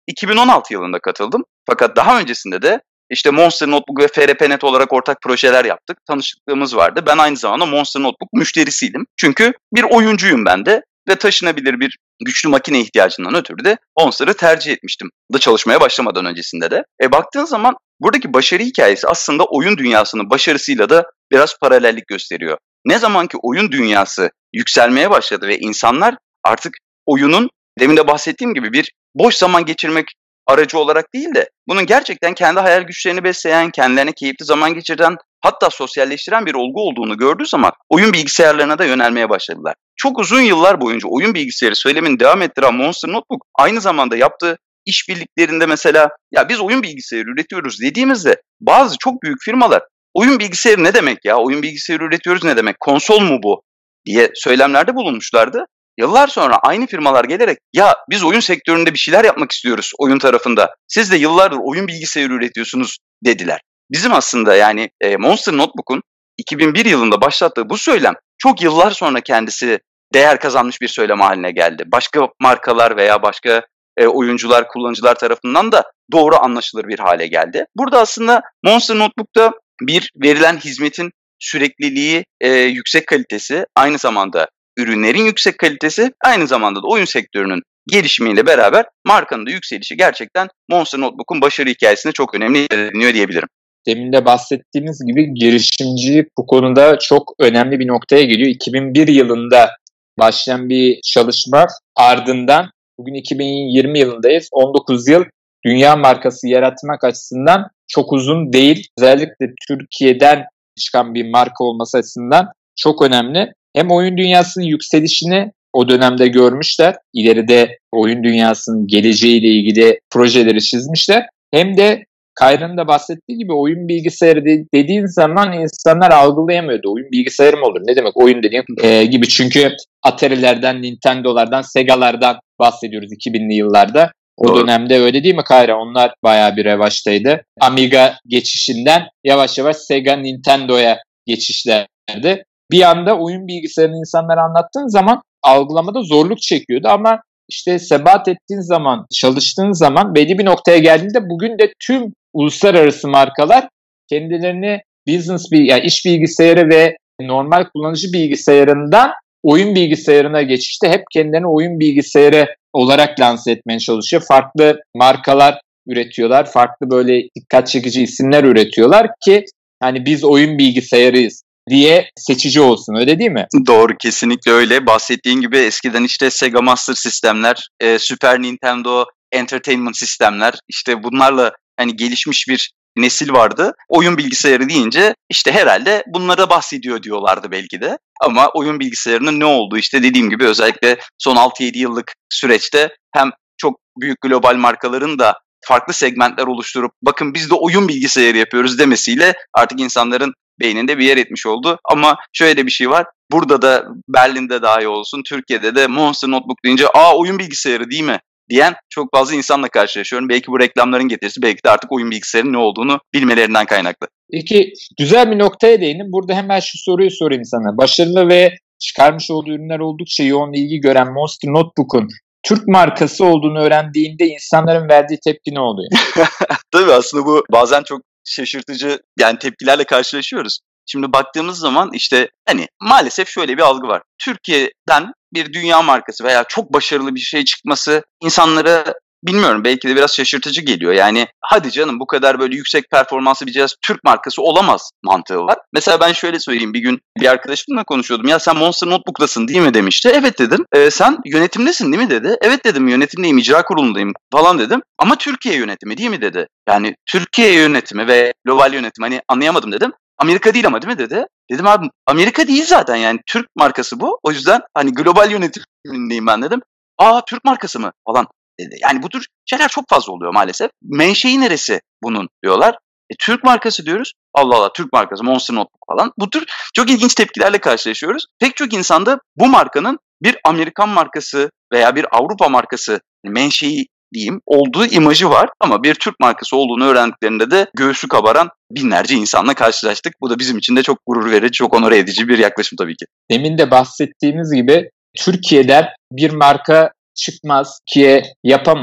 2016 yılında katıldım. Fakat daha öncesinde de işte Monster Notebook ve FRP.net olarak ortak projeler yaptık. Tanışıklığımız vardı. Ben aynı zamanda Monster Notebook müşterisiydim. Çünkü bir oyuncuyum ben de ve taşınabilir bir güçlü makine ihtiyacından ötürü de Monster'ı tercih etmiştim. Da çalışmaya başlamadan öncesinde de. Baktığın zaman buradaki başarı hikayesi aslında oyun dünyasının başarısıyla da biraz paralellik gösteriyor. Ne zaman ki oyun dünyası yükselmeye başladı ve insanlar artık oyunun demin de bahsettiğim gibi bir boş zaman geçirmek aracı olarak değil de bunun gerçekten kendi hayal güçlerini besleyen, kendilerine keyifli zaman geçiren, hatta sosyalleştiren bir olgu olduğunu gördüğü zaman oyun bilgisayarlarına da yönelmeye başladılar. Çok uzun yıllar boyunca oyun bilgisayarı söylemini devam ettiren Monster Notebook aynı zamanda yaptığı işbirliklerinde mesela ya biz oyun bilgisayarı üretiyoruz dediğimizde bazı çok büyük firmalar oyun bilgisayarı ne demek ya, oyun bilgisayarı üretiyoruz ne demek, konsol mu bu diye söylemlerde bulunmuşlardı. Yıllar sonra aynı firmalar gelerek ya biz oyun sektöründe bir şeyler yapmak istiyoruz oyun tarafında. Siz de yıllardır oyun bilgisayarı üretiyorsunuz dediler. Bizim aslında yani Monster Notebook'un 2001 yılında başlattığı bu söylem çok yıllar sonra kendisi değer kazanmış bir söylem haline geldi. Başka markalar veya başka oyuncular, kullanıcılar tarafından da doğru anlaşılır bir hale geldi. Burada aslında Monster Notebook'ta bir verilen hizmetin sürekliliği, yüksek kalitesi, aynı zamanda ürünlerin yüksek kalitesi, aynı zamanda da oyun sektörünün gelişimiyle beraber markanın da yükselişi gerçekten Monster Notebook'un başarı hikayesinde çok önemli yer ediniyor diyebilirim. Demin de bahsettiğimiz gibi girişimcilik bu konuda çok önemli bir noktaya geliyor. 2001 yılında başlayan bir çalışma ardından bugün 2020 yılındayız. 19 yıl dünya markası yaratmak açısından çok uzun değil. Özellikle Türkiye'den çıkan bir marka olması açısından çok önemli. Hem oyun dünyasının yükselişini o dönemde görmüşler. İleride oyun dünyasının geleceğiyle ilgili projeleri çizmişler. Hem de Kayra'nın da bahsettiği gibi oyun bilgisayarı dediğin zaman insanlar algılayamıyordu. Oyun bilgisayarı mı olur? Ne demek oyun dediğin gibi. Çünkü Atari'lerden, Nintendo'lardan, Sega'lardan bahsediyoruz 2000'li yıllarda. O dönemde öyle değil mi Kayra? Onlar bayağı bir revaçtaydı. Amiga geçişinden yavaş yavaş Sega, Nintendo'ya geçişlerdi. Bir anda oyun bilgisayarını insanlara anlattığın zaman algılamada zorluk çekiyordu ama işte sebat ettiğin zaman, çalıştığın zaman belli bir noktaya geldiğinde bugün de tüm uluslararası markalar kendilerini yani iş bilgisayarı ve normal kullanıcı bilgisayarından oyun bilgisayarına geçişte hep kendilerini oyun bilgisayarı olarak lanse etmeye çalışıyor. Farklı markalar üretiyorlar, farklı böyle dikkat çekici isimler üretiyorlar ki hani biz oyun bilgisayarıyız diye seçici olsun, öyle değil mi? Doğru, kesinlikle öyle. Bahsettiğin gibi eskiden işte Sega Master sistemler, Super Nintendo Entertainment sistemler, işte bunlarla hani gelişmiş bir nesil vardı. Oyun bilgisayarı deyince işte herhalde bunlara bahsediyor diyorlardı belki de. Ama oyun bilgisayarının ne olduğu işte dediğim gibi özellikle son 6-7 yıllık süreçte hem çok büyük global markaların da farklı segmentler oluşturup bakın biz de oyun bilgisayarı yapıyoruz demesiyle artık insanların beyninde bir yer etmiş oldu. Ama şöyle de bir şey var. Burada da Berlin'de dahi olsun, Türkiye'de de Monster Notebook deyince oyun bilgisayarı değil mi diyen çok fazla insanla karşılaşıyorum. Belki bu reklamların getirisi, belki de artık oyun bilgisayarının ne olduğunu bilmelerinden kaynaklı. Peki güzel bir noktaya değindim. Burada hemen şu soruyu sorayım sana. Başarılı ve çıkarmış olduğu ürünler oldukça yoğun ilgi gören Monster Notebook'un Türk markası olduğunu öğrendiğinde insanların verdiği tepki ne oluyor? Tabii aslında bu bazen çok şaşırtıcı yani tepkilerle karşılaşıyoruz. Şimdi baktığımız zaman işte hani maalesef şöyle bir algı var. Türkiye'den bir dünya markası veya çok başarılı bir şey çıkması insanlara bilmiyorum belki de biraz şaşırtıcı geliyor. Yani hadi canım bu kadar böyle yüksek performanslı bir cihaz Türk markası olamaz mantığı var. Mesela ben şöyle söyleyeyim, bir gün bir arkadaşımla konuşuyordum. Ya sen Monster Notebook'tasın değil mi demişti. Evet dedim. Sen yönetimdesin değil mi dedi. Evet dedim, yönetimdeyim, icra kurulundayım falan dedim. Ama Türkiye yönetimi değil mi dedi. Yani Türkiye yönetimi ve global yönetim hani anlayamadım dedim. Amerika değil ama değil mi dedi. Dedim abi Amerika değil zaten yani Türk markası bu. O yüzden hani global yönetimindeyim ben dedim. Türk markası mı falan dedi. Yani bu tür şeyler çok fazla oluyor maalesef. Menşei neresi bunun diyorlar. Türk markası diyoruz. Allah Allah, Türk markası, Monster Notebook falan. Bu tür çok ilginç tepkilerle karşılaşıyoruz. Pek çok insanda bu markanın bir Amerikan markası veya bir Avrupa markası menşei diyeyim olduğu imajı var. Ama bir Türk markası olduğunu öğrendiklerinde de göğsü kabaran binlerce insanla karşılaştık. Bu da bizim için de çok gurur verici, çok onore edici bir yaklaşım tabii ki. Demin de bahsettiğimiz gibi Türkiye'den bir marka çıkmaz, Türkiye yapamaz.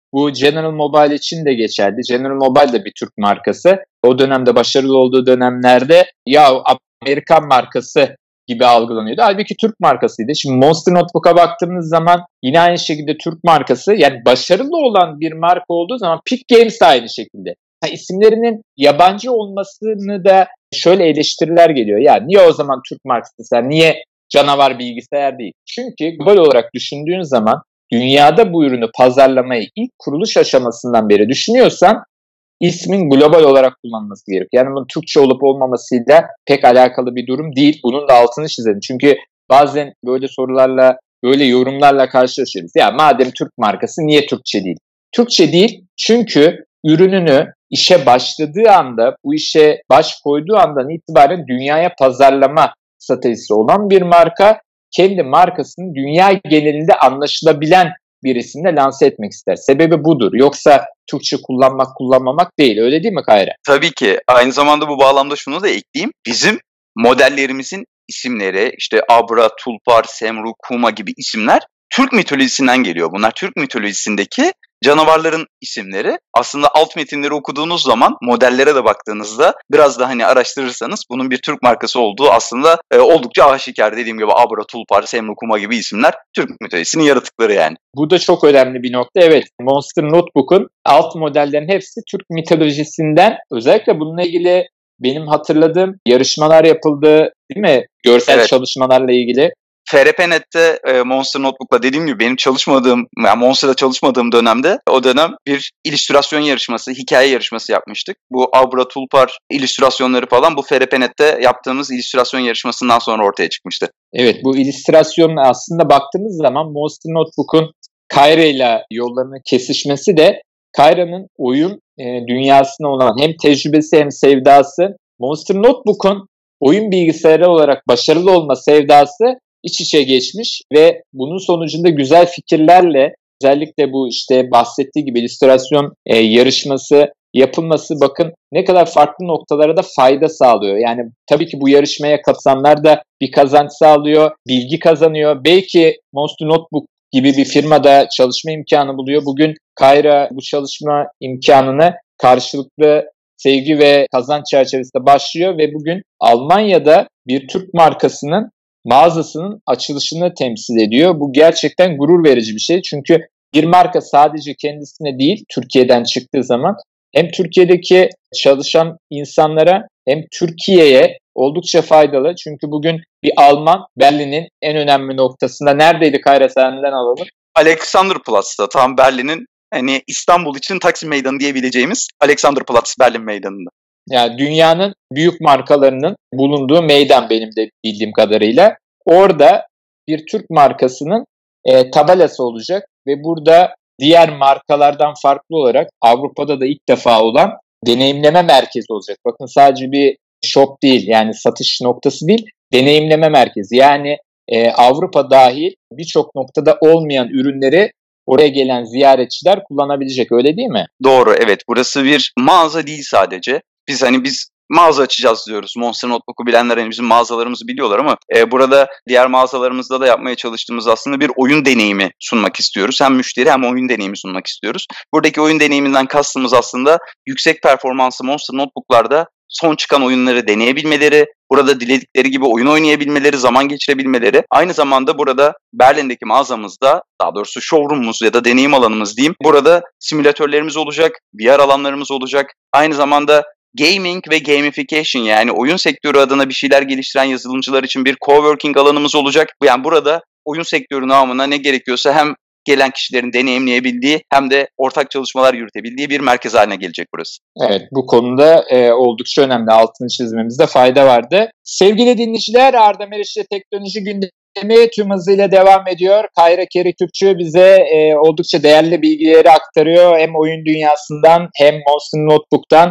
Bu General Mobile için de geçerli. General Mobile de bir Türk markası. O dönemde başarılı olduğu dönemlerde ya Amerikan markası gibi algılanıyordu. Halbuki Türk markasıydı. Şimdi Monster Notebook'a baktığımız zaman yine aynı şekilde Türk markası. Yani başarılı olan bir marka olduğu zaman Peak Games de aynı şekilde. İsimlerinin yabancı olmasını da şöyle eleştiriler geliyor. Ya niye o zaman Türk markası sen? Niye canavar bilgisayar değil? Çünkü global olarak düşündüğün zaman dünyada bu ürünü pazarlamayı ilk kuruluş aşamasından beri düşünüyorsan ismin global olarak kullanılması gerekiyor. Yani bunun Türkçe olup olmamasıyla pek alakalı bir durum değil. Bunun da altını çizelim. Çünkü bazen böyle sorularla, böyle yorumlarla karşılaşıyoruz. Ya madem Türk markası niye Türkçe değil? Türkçe değil çünkü ürününü işe başladığı anda, bu işe baş koyduğu andan itibaren dünyaya pazarlama stratejisi olan bir marka, kendi markasını dünya genelinde anlaşılabilen bir isimle lanse etmek ister. Sebebi budur. Yoksa Türkçe kullanmamak değil. Öyle değil mi Kayra? Tabii ki. Aynı zamanda bu bağlamda şunu da ekleyeyim. Bizim modellerimizin isimleri işte Abra, Tulpar, Semru, Kuma gibi isimler Türk mitolojisinden geliyor. Bunlar Türk mitolojisindeki canavarların isimleri. Aslında alt metinleri okuduğunuz zaman modellere de baktığınızda biraz da hani araştırırsanız bunun bir Türk markası olduğu aslında oldukça aşikar. Dediğim gibi Abra, Tulpar, Semru, Kuma gibi isimler Türk mitolojisinin yaratıkları yani. Bu da çok önemli bir nokta. Evet, Monster Notebook'un alt modellerin hepsi Türk mitolojisinden. Özellikle bununla ilgili benim hatırladığım yarışmalar yapıldı, değil mi? Görsel çalışmalarla ilgili. FRP.net'te Monster Notebook'la dediğim gibi benim yani Monster'da çalışmadığım dönemde o dönem bir illüstrasyon yarışması, hikaye yarışması yapmıştık. Bu Abra, Tulpar illüstrasyonları falan bu FRP.net'te yaptığımız illüstrasyon yarışmasından sonra ortaya çıkmıştı. Evet, bu illüstrasyonun aslında baktığımız zaman Monster Notebook'un Kayra ile yollarının kesişmesi de Kayra'nın oyun dünyasına olan hem tecrübesi hem sevdası, Monster Notebook'un oyun bilgisayarı olarak başarılı olma sevdası iç içe geçmiş ve bunun sonucunda güzel fikirlerle özellikle bu işte bahsettiği gibi illüstrasyon yarışması yapılması bakın ne kadar farklı noktalara da fayda sağlıyor. Yani tabii ki bu yarışmaya katılanlar da bir kazanç sağlıyor, bilgi kazanıyor. Belki Monster Notebook gibi bir firmada çalışma imkanı buluyor. Bugün Kayra bu çalışma imkanını karşılıklı sevgi ve kazanç çerçevesinde başlıyor ve bugün Almanya'da bir Türk markasının mağazasının açılışını temsil ediyor. Bu gerçekten gurur verici bir şey. Çünkü bir marka sadece kendisine değil, Türkiye'den çıktığı zaman hem Türkiye'deki çalışan insanlara hem Türkiye'ye oldukça faydalı. Çünkü bugün bir Alman Berlin'in en önemli noktasında neredeydi Kayra, senden alalım? Alexanderplatz'ta, tam Berlin'in hani İstanbul için Taksim Meydanı diyebileceğimiz Alexanderplatz Berlin Meydanı'nda. Yani dünyanın büyük markalarının bulunduğu meydan benim de bildiğim kadarıyla. Orada bir Türk markasının tabelası olacak ve burada diğer markalardan farklı olarak Avrupa'da da ilk defa olan deneyimleme merkezi olacak. Bakın sadece bir shop değil, yani satış noktası değil, deneyimleme merkezi. Yani Avrupa dahil birçok noktada olmayan ürünleri oraya gelen ziyaretçiler kullanabilecek, öyle değil mi? Doğru, evet. Burası bir mağaza değil sadece. Biz mağaza açacağız diyoruz. Monster Notebook'u bilenler hani bizim mağazalarımızı biliyorlar ama burada diğer mağazalarımızda da yapmaya çalıştığımız aslında bir oyun deneyimi sunmak istiyoruz. Hem müşteri hem oyun deneyimi sunmak istiyoruz. Buradaki oyun deneyiminden kastımız aslında yüksek performanslı Monster Notebook'larda son çıkan oyunları deneyebilmeleri, burada diledikleri gibi oyun oynayabilmeleri, zaman geçirebilmeleri. Aynı zamanda burada Berlin'deki mağazamızda, daha doğrusu showroom'umuz ya da deneyim alanımız diyeyim, burada simülatörlerimiz olacak, VR alanlarımız olacak. Aynı zamanda gaming ve gamification, yani oyun sektörü adına bir şeyler geliştiren yazılımcılar için bir coworking alanımız olacak. Yani burada oyun sektörü namına ne gerekiyorsa hem gelen kişilerin deneyimleyebildiği hem de ortak çalışmalar yürütebildiği bir merkez haline gelecek burası. Evet, bu konuda oldukça önemli, altını çizmemizde fayda vardı. Sevgili dinleyiciler, Arda Meriç'le Teknoloji Gündemi tüm hızıyla devam ediyor. Kayra Kerikürkçü bize oldukça değerli bilgileri aktarıyor. Hem oyun dünyasından hem Monster Notebook'tan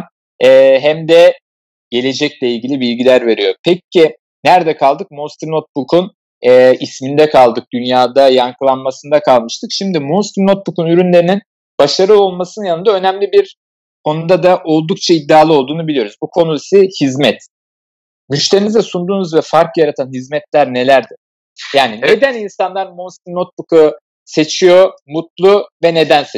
hem de gelecekle ilgili bilgiler veriyor. Peki nerede kaldık? Monster Notebook'un isminde kaldık. Dünyada yankılanmasında kalmıştık. Şimdi Monster Notebook'un ürünlerinin başarılı olmasının yanında önemli bir konuda da oldukça iddialı olduğunu biliyoruz. Bu konu ise hizmet. Müşterinize sunduğunuz ve fark yaratan hizmetler nelerdir? Yani neden insanlar Monster Notebook'u seçiyor, mutlu ve neden seçiyor?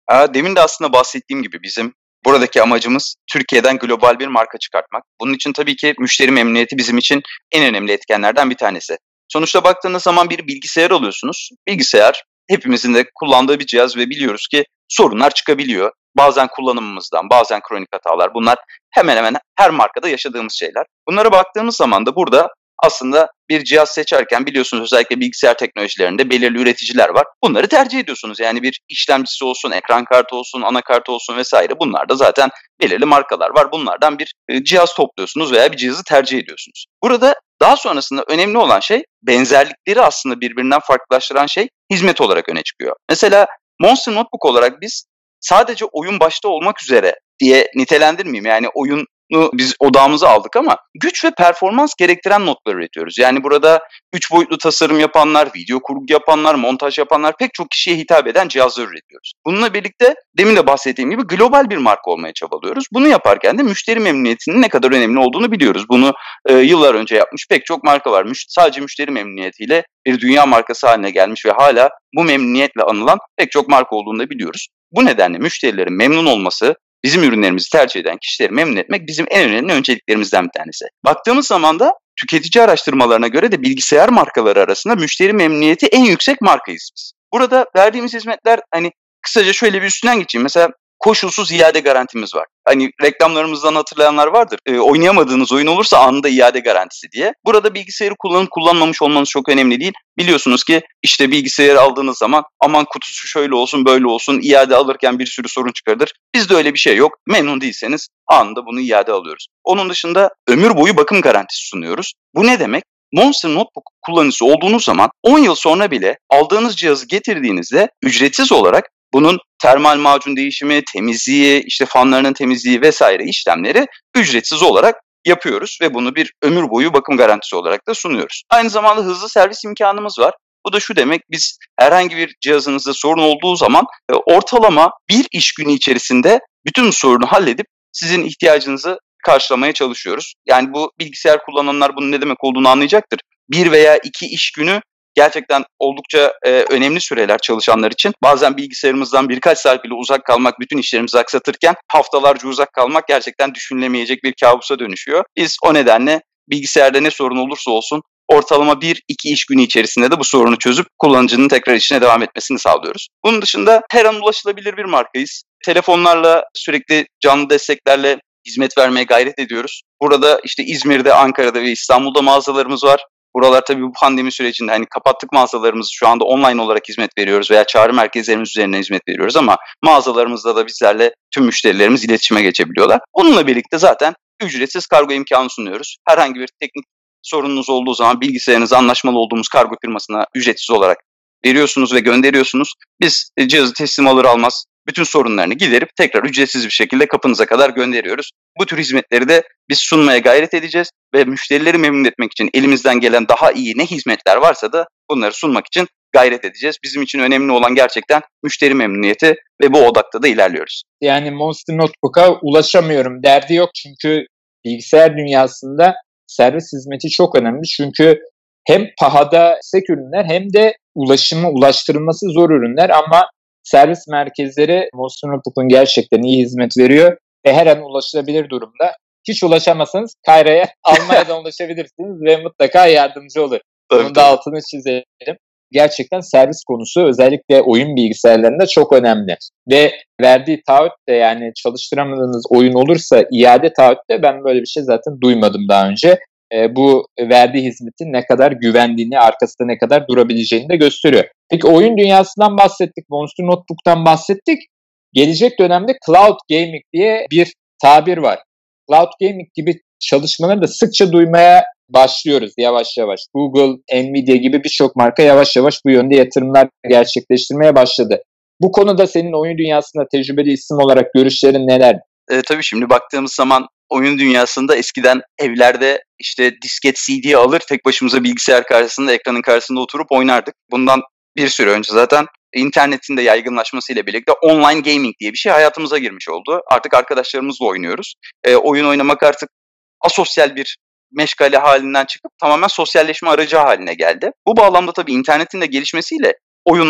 Demin de aslında bahsettiğim gibi bizim buradaki amacımız Türkiye'den global bir marka çıkartmak. Bunun için tabii ki müşteri memnuniyeti bizim için en önemli etkenlerden bir tanesi. Sonuçta baktığınız zaman bir bilgisayar alıyorsunuz. Bilgisayar hepimizin de kullandığı bir cihaz ve biliyoruz ki sorunlar çıkabiliyor. Bazen kullanımımızdan, bazen kronik hatalar. Bunlar hemen hemen her markada yaşadığımız şeyler. Bunlara baktığımız zaman da burada aslında bir cihaz seçerken biliyorsunuz özellikle bilgisayar teknolojilerinde belirli üreticiler var. Bunları tercih ediyorsunuz. Yani bir işlemcisi olsun, ekran kartı olsun, anakart olsun vesaire. Bunlarda zaten belirli markalar var. Bunlardan bir cihaz topluyorsunuz veya bir cihazı tercih ediyorsunuz. Burada daha sonrasında önemli olan şey benzerlikleri aslında birbirinden farklılaştıran şey hizmet olarak öne çıkıyor. Mesela Monster Notebook olarak biz sadece oyun başta olmak üzere diye nitelendirmeyeyim. Yani oyunu biz odağımıza aldık ama güç ve performans gerektiren notlar üretiyoruz. Yani burada 3 boyutlu tasarım yapanlar, video kurgu yapanlar, montaj yapanlar pek çok kişiye hitap eden cihazlar üretiyoruz. Bununla birlikte demin de bahsettiğim gibi global bir marka olmaya çabalıyoruz. Bunu yaparken de müşteri memnuniyetinin ne kadar önemli olduğunu biliyoruz. Bunu yıllar önce yapmış pek çok marka var. Sadece müşteri memnuniyetiyle bir dünya markası haline gelmiş ve hala bu memnuniyetle anılan pek çok marka olduğunu da biliyoruz. Bu nedenle müşterilerin memnun olması, bizim ürünlerimizi tercih eden kişileri memnun etmek bizim en önemli önceliklerimizden bir tanesi. Baktığımız zaman da tüketici araştırmalarına göre de bilgisayar markaları arasında müşteri memnuniyeti en yüksek markayız biz. Burada verdiğimiz hizmetler kısaca şöyle bir üstünden geçeyim. Mesela koşulsuz iade garantimiz var. Reklamlarımızdan hatırlayanlar vardır. Oynayamadığınız oyun olursa anında iade garantisi diye. Burada bilgisayarı kullanıp kullanmamış olmanız çok önemli değil. Biliyorsunuz ki işte bilgisayarı aldığınız zaman aman kutusu şöyle olsun böyle olsun iade alırken bir sürü sorun çıkardır. Bizde öyle bir şey yok. Memnun değilseniz anında bunu iade alıyoruz. Onun dışında ömür boyu bakım garantisi sunuyoruz. Bu ne demek? Monster Notebook kullanıcısı olduğunuz zaman 10 yıl sonra bile aldığınız cihazı getirdiğinizde ücretsiz olarak bunun termal macun değişimi, temizliği, işte fanlarının temizliği vesaire işlemleri ücretsiz olarak yapıyoruz ve bunu bir ömür boyu bakım garantisi olarak da sunuyoruz. Aynı zamanda hızlı servis imkanımız var. Bu da şu demek, biz herhangi bir cihazınızda sorun olduğu zaman ortalama bir iş günü içerisinde bütün sorunu halledip sizin ihtiyacınızı karşılamaya çalışıyoruz. Yani bu bilgisayar kullananlar bunun ne demek olduğunu anlayacaktır. 1 veya 2 iş günü gerçekten oldukça önemli süreler çalışanlar için. Bazen bilgisayarımızdan birkaç saat bile uzak kalmak, bütün işlerimizi aksatırken haftalarca uzak kalmak gerçekten düşünülemeyecek bir kabusa dönüşüyor. Biz o nedenle bilgisayarda ne sorun olursa olsun ortalama 1-2 iş günü içerisinde de bu sorunu çözüp kullanıcının tekrar işine devam etmesini sağlıyoruz. Bunun dışında her an ulaşılabilir bir markayız. Telefonlarla sürekli canlı desteklerle hizmet vermeye gayret ediyoruz. Burada işte İzmir'de, Ankara'da ve İstanbul'da mağazalarımız var. Buralar tabii bu pandemi sürecinde kapattık mağazalarımızı, şu anda online olarak hizmet veriyoruz veya çağrı merkezlerimiz üzerinden hizmet veriyoruz ama mağazalarımızda da bizlerle tüm müşterilerimiz iletişime geçebiliyorlar. Bununla birlikte zaten ücretsiz kargo imkanı sunuyoruz. Herhangi bir teknik sorununuz olduğu zaman bilgisayarınızı anlaşmalı olduğumuz kargo firmasına ücretsiz olarak veriyorsunuz ve gönderiyorsunuz. Biz cihazı teslim alır almaz bütün sorunlarını giderip tekrar ücretsiz bir şekilde kapınıza kadar gönderiyoruz. Bu tür hizmetleri de biz sunmaya gayret edeceğiz ve müşterileri memnun etmek için elimizden gelen daha iyi ne hizmetler varsa da bunları sunmak için gayret edeceğiz. Bizim için önemli olan gerçekten müşteri memnuniyeti ve bu odakta da ilerliyoruz. Yani Monster Notebook'a ulaşamıyorum derdi yok çünkü bilgisayar dünyasında servis hizmeti çok önemli. Çünkü hem pahada yüksek ürünler hem de ulaştırılması zor ürünler ama servis merkezleri Monster Notebook'un gerçekten iyi hizmet veriyor ve her an ulaşılabilir durumda. Hiç ulaşamazsanız Kayra'ya Almanya'dan ulaşabilirsiniz ve mutlaka yardımcı olur. Bunun da altını çizelim. Gerçekten servis konusu özellikle oyun bilgisayarlarında çok önemli. Ve verdiği taahhüt de yani çalıştıramadığınız oyun olursa iade taahhüt de ben böyle bir şey zaten duymadım daha önce. Bu verdiği hizmetin ne kadar güvendiğini, arkasında ne kadar durabileceğini de gösteriyor. Peki oyun dünyasından bahsettik, Monster Notebook'tan bahsettik. Gelecek dönemde Cloud Gaming diye bir tabir var. Cloud Gaming gibi çalışmaları da sıkça duymaya başlıyoruz yavaş yavaş. Google, Nvidia gibi birçok marka yavaş yavaş bu yönde yatırımlar gerçekleştirmeye başladı. Bu konuda senin oyun dünyasında tecrübeli isim olarak görüşlerin neler? Tabii şimdi baktığımız zaman oyun dünyasında eskiden evlerde işte disket CD alır tek başımıza bilgisayar karşısında, ekranın karşısında oturup oynardık. Bundan bir süre önce zaten internetin de yaygınlaşmasıyla birlikte online gaming diye bir şey hayatımıza girmiş oldu. Artık arkadaşlarımızla oynuyoruz. Oyun oynamak artık asosyal bir meşgale halinden çıkıp tamamen sosyalleşme aracı haline geldi. Bu bağlamda tabii internetin de gelişmesiyle oyunlar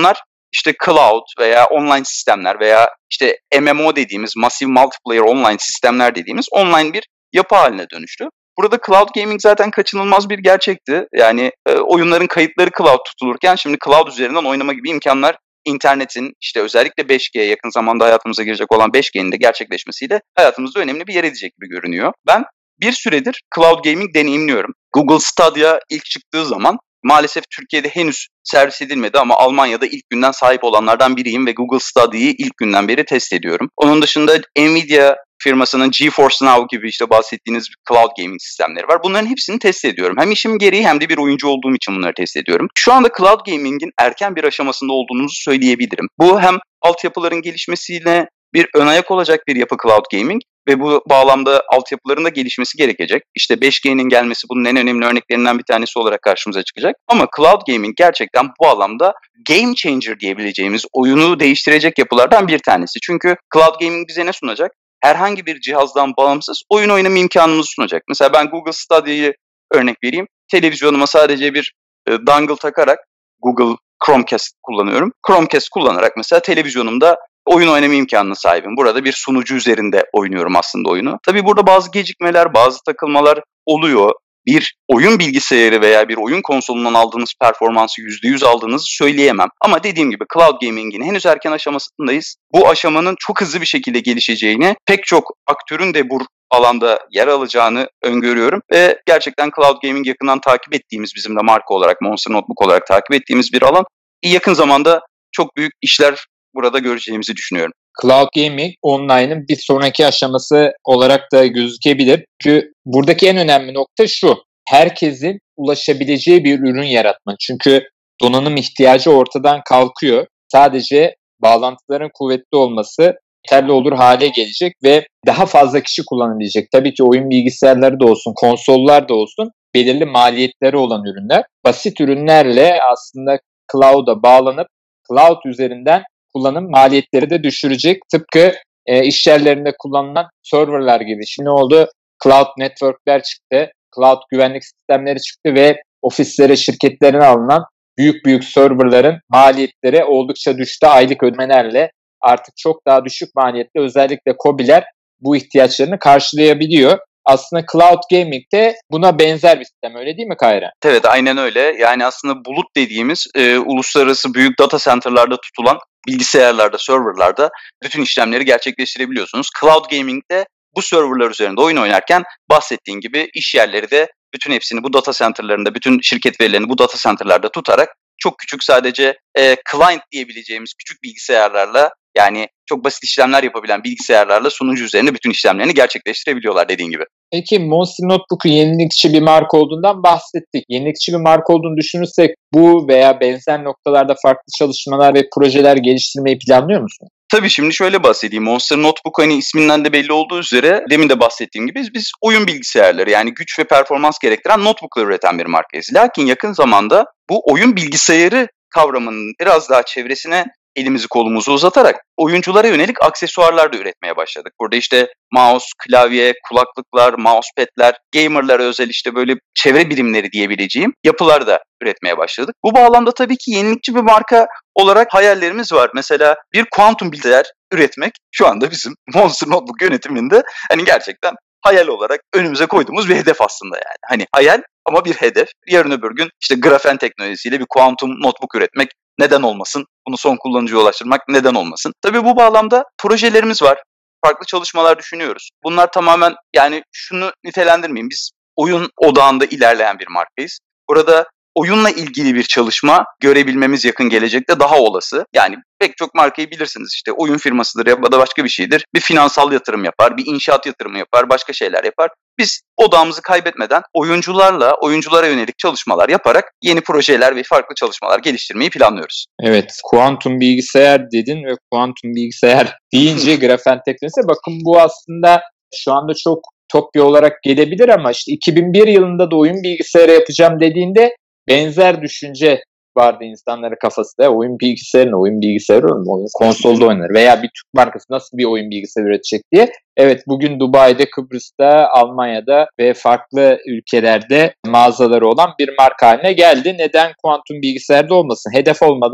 işte cloud veya online sistemler veya işte MMO dediğimiz, Massive Multiplayer Online sistemler dediğimiz online bir yapı haline dönüştü. Burada cloud gaming zaten kaçınılmaz bir gerçekti. Yani oyunların kayıtları cloud tutulurken şimdi cloud üzerinden oynama gibi imkanlar internetin işte özellikle 5G yakın zamanda hayatımıza girecek olan 5G'nin de gerçekleşmesiyle hayatımızda önemli bir yer edecek gibi görünüyor. Ben bir süredir cloud gaming deneyimliyorum. Google Stadia ilk çıktığı zaman maalesef Türkiye'de henüz servis edilmedi ama Almanya'da ilk günden sahip olanlardan biriyim ve Google Stadia'yı ilk günden beri test ediyorum. Onun dışında Nvidia firmasının GeForce Now gibi işte bahsettiğiniz cloud gaming sistemleri var. Bunların hepsini test ediyorum. Hem işim gereği hem de bir oyuncu olduğum için bunları test ediyorum. Şu anda cloud gaming'in erken bir aşamasında olduğumuzu söyleyebilirim. Bu hem altyapıların gelişmesiyle bir ön ayak olacak bir yapı cloud gaming ve bu bağlamda altyapıların da gelişmesi gerekecek. İşte 5G'nin gelmesi bunun en önemli örneklerinden bir tanesi olarak karşımıza çıkacak. Ama cloud gaming gerçekten bu bağlamda game changer diyebileceğimiz, oyunu değiştirecek yapılardan bir tanesi. Çünkü cloud gaming bize ne sunacak? Herhangi bir cihazdan bağımsız oyun oynama imkanımızı sunacak. Mesela ben Google Stadia'yı örnek vereyim. Televizyonuma sadece bir dongle takarak Google Chromecast kullanıyorum. Chromecast kullanarak mesela televizyonumda oyun oynama imkanına sahibim. Burada bir sunucu üzerinde oynuyorum aslında oyunu. Tabii burada bazı gecikmeler, bazı takılmalar oluyor. Bir oyun bilgisayarı veya bir oyun konsolundan aldığınız performansı %100 aldığınızı söyleyemem. Ama dediğim gibi cloud gaming'in henüz erken aşamasındayız. Bu aşamanın çok hızlı bir şekilde gelişeceğini, pek çok aktörün de bu alanda yer alacağını öngörüyorum. Ve gerçekten cloud gaming yakından takip ettiğimiz, bizim de marka olarak, Monster Notebook olarak takip ettiğimiz bir alan. Yakın zamanda çok büyük işler burada göreceğimizi düşünüyorum. Cloud Gaming online'ın bir sonraki aşaması olarak da gözükebilir. Çünkü buradaki en önemli nokta şu: herkesin ulaşabileceği bir ürün yaratmak. Çünkü donanım ihtiyacı ortadan kalkıyor. Sadece bağlantıların kuvvetli olması yeterli olur hale gelecek ve daha fazla kişi kullanabilecek. Tabii ki oyun bilgisayarları da olsun, konsollar da olsun belirli maliyetleri olan ürünler. Basit ürünlerle aslında cloud'a bağlanıp cloud üzerinden kullanım maliyetleri de düşürecek. Tıpkı iş yerlerinde kullanılan serverlar gibi. Şimdi ne oldu? Cloud network'ler çıktı. Cloud güvenlik sistemleri çıktı ve ofislere, şirketlerine alınan büyük serverların maliyetleri oldukça düştü. Aylık ödemelerle artık çok daha düşük maliyetli özellikle KOBİ'ler bu ihtiyaçlarını karşılayabiliyor. Aslında cloud gaming de buna benzer bir sistem, öyle değil mi Kayra? Evet, aynen öyle. Yani aslında bulut dediğimiz uluslararası büyük data center'larda tutulan bilgisayarlarda, serverlarda bütün işlemleri gerçekleştirebiliyorsunuz. Cloud gaming'de bu serverlar üzerinde oyun oynarken bahsettiğin gibi iş yerleri de bütün hepsini bu data center'larında, bütün şirket verilerini bu data center'larda tutarak çok küçük, sadece client diyebileceğimiz küçük bilgisayarlarla, yani çok basit işlemler yapabilen bilgisayarlarla sunucu üzerinde bütün işlemlerini gerçekleştirebiliyorlar dediğin gibi. Peki Monster Notebook'un yenilikçi bir marka olduğundan bahsettik. Yenilikçi bir marka olduğunu düşünürsek bu veya benzer noktalarda farklı çalışmalar ve projeler geliştirmeyi planlıyor musun? Tabii, şimdi şöyle bahsedeyim. Monster Notebook, hani isminden de belli olduğu üzere, demin de bahsettiğim gibi biz oyun bilgisayarları, yani güç ve performans gerektiren notebooklar üreten bir markayız. Lakin yakın zamanda bu oyun bilgisayarı kavramının biraz daha çevresine elimizi kolumuzu uzatarak oyunculara yönelik aksesuarlar da üretmeye başladık. Burada işte mouse, klavye, kulaklıklar, mousepad'ler, gamerlara özel işte böyle çevre birimleri diyebileceğim yapılar da üretmeye başladık. Bu bağlamda tabii ki yenilikçi bir marka olarak hayallerimiz var. Mesela bir kuantum bilgisayar üretmek şu anda bizim Monster Notebook yönetiminde hani gerçekten hayal olarak önümüze koyduğumuz bir hedef aslında yani. Hani hayal ama bir hedef. Yarın öbür gün işte grafen teknolojisiyle bir kuantum notebook üretmek neden olmasın? Bunu son kullanıcıya ulaştırmak neden olmasın? Tabii bu bağlamda projelerimiz var. Farklı çalışmalar düşünüyoruz. Bunlar tamamen, yani şunu nitelendirmeyeyim. Biz oyun odağında ilerleyen bir markayız. Burada oyunla ilgili bir çalışma görebilmemiz yakın gelecekte daha olası. Yani pek çok markayı bilirsiniz, işte oyun firmasıdır ya da başka bir şeydir. Bir finansal yatırım yapar, bir inşaat yatırımı yapar, başka şeyler yapar. Biz odağımızı kaybetmeden oyunculara yönelik çalışmalar yaparak yeni projeler ve farklı çalışmalar geliştirmeyi planlıyoruz. Evet, kuantum bilgisayar dedin ve kuantum bilgisayar deyince grafen teknolojisi, bakın bu aslında şu anda çok topya olarak gelebilir ama işte 2001 yılında da oyun bilgisayarı yapacağım dediğinde benzer düşünce vardı insanların kafasında. Oyun bilgisayarı olur mu? Oyun konsolda oynar. Veya bir Türk markası nasıl bir oyun bilgisayarı üretecek diye. Evet, bugün Dubai'de, Kıbrıs'ta, Almanya'da ve farklı ülkelerde mağazaları olan bir marka haline geldi. Neden kuantum bilgisayarda olmasın? Hedef olmadan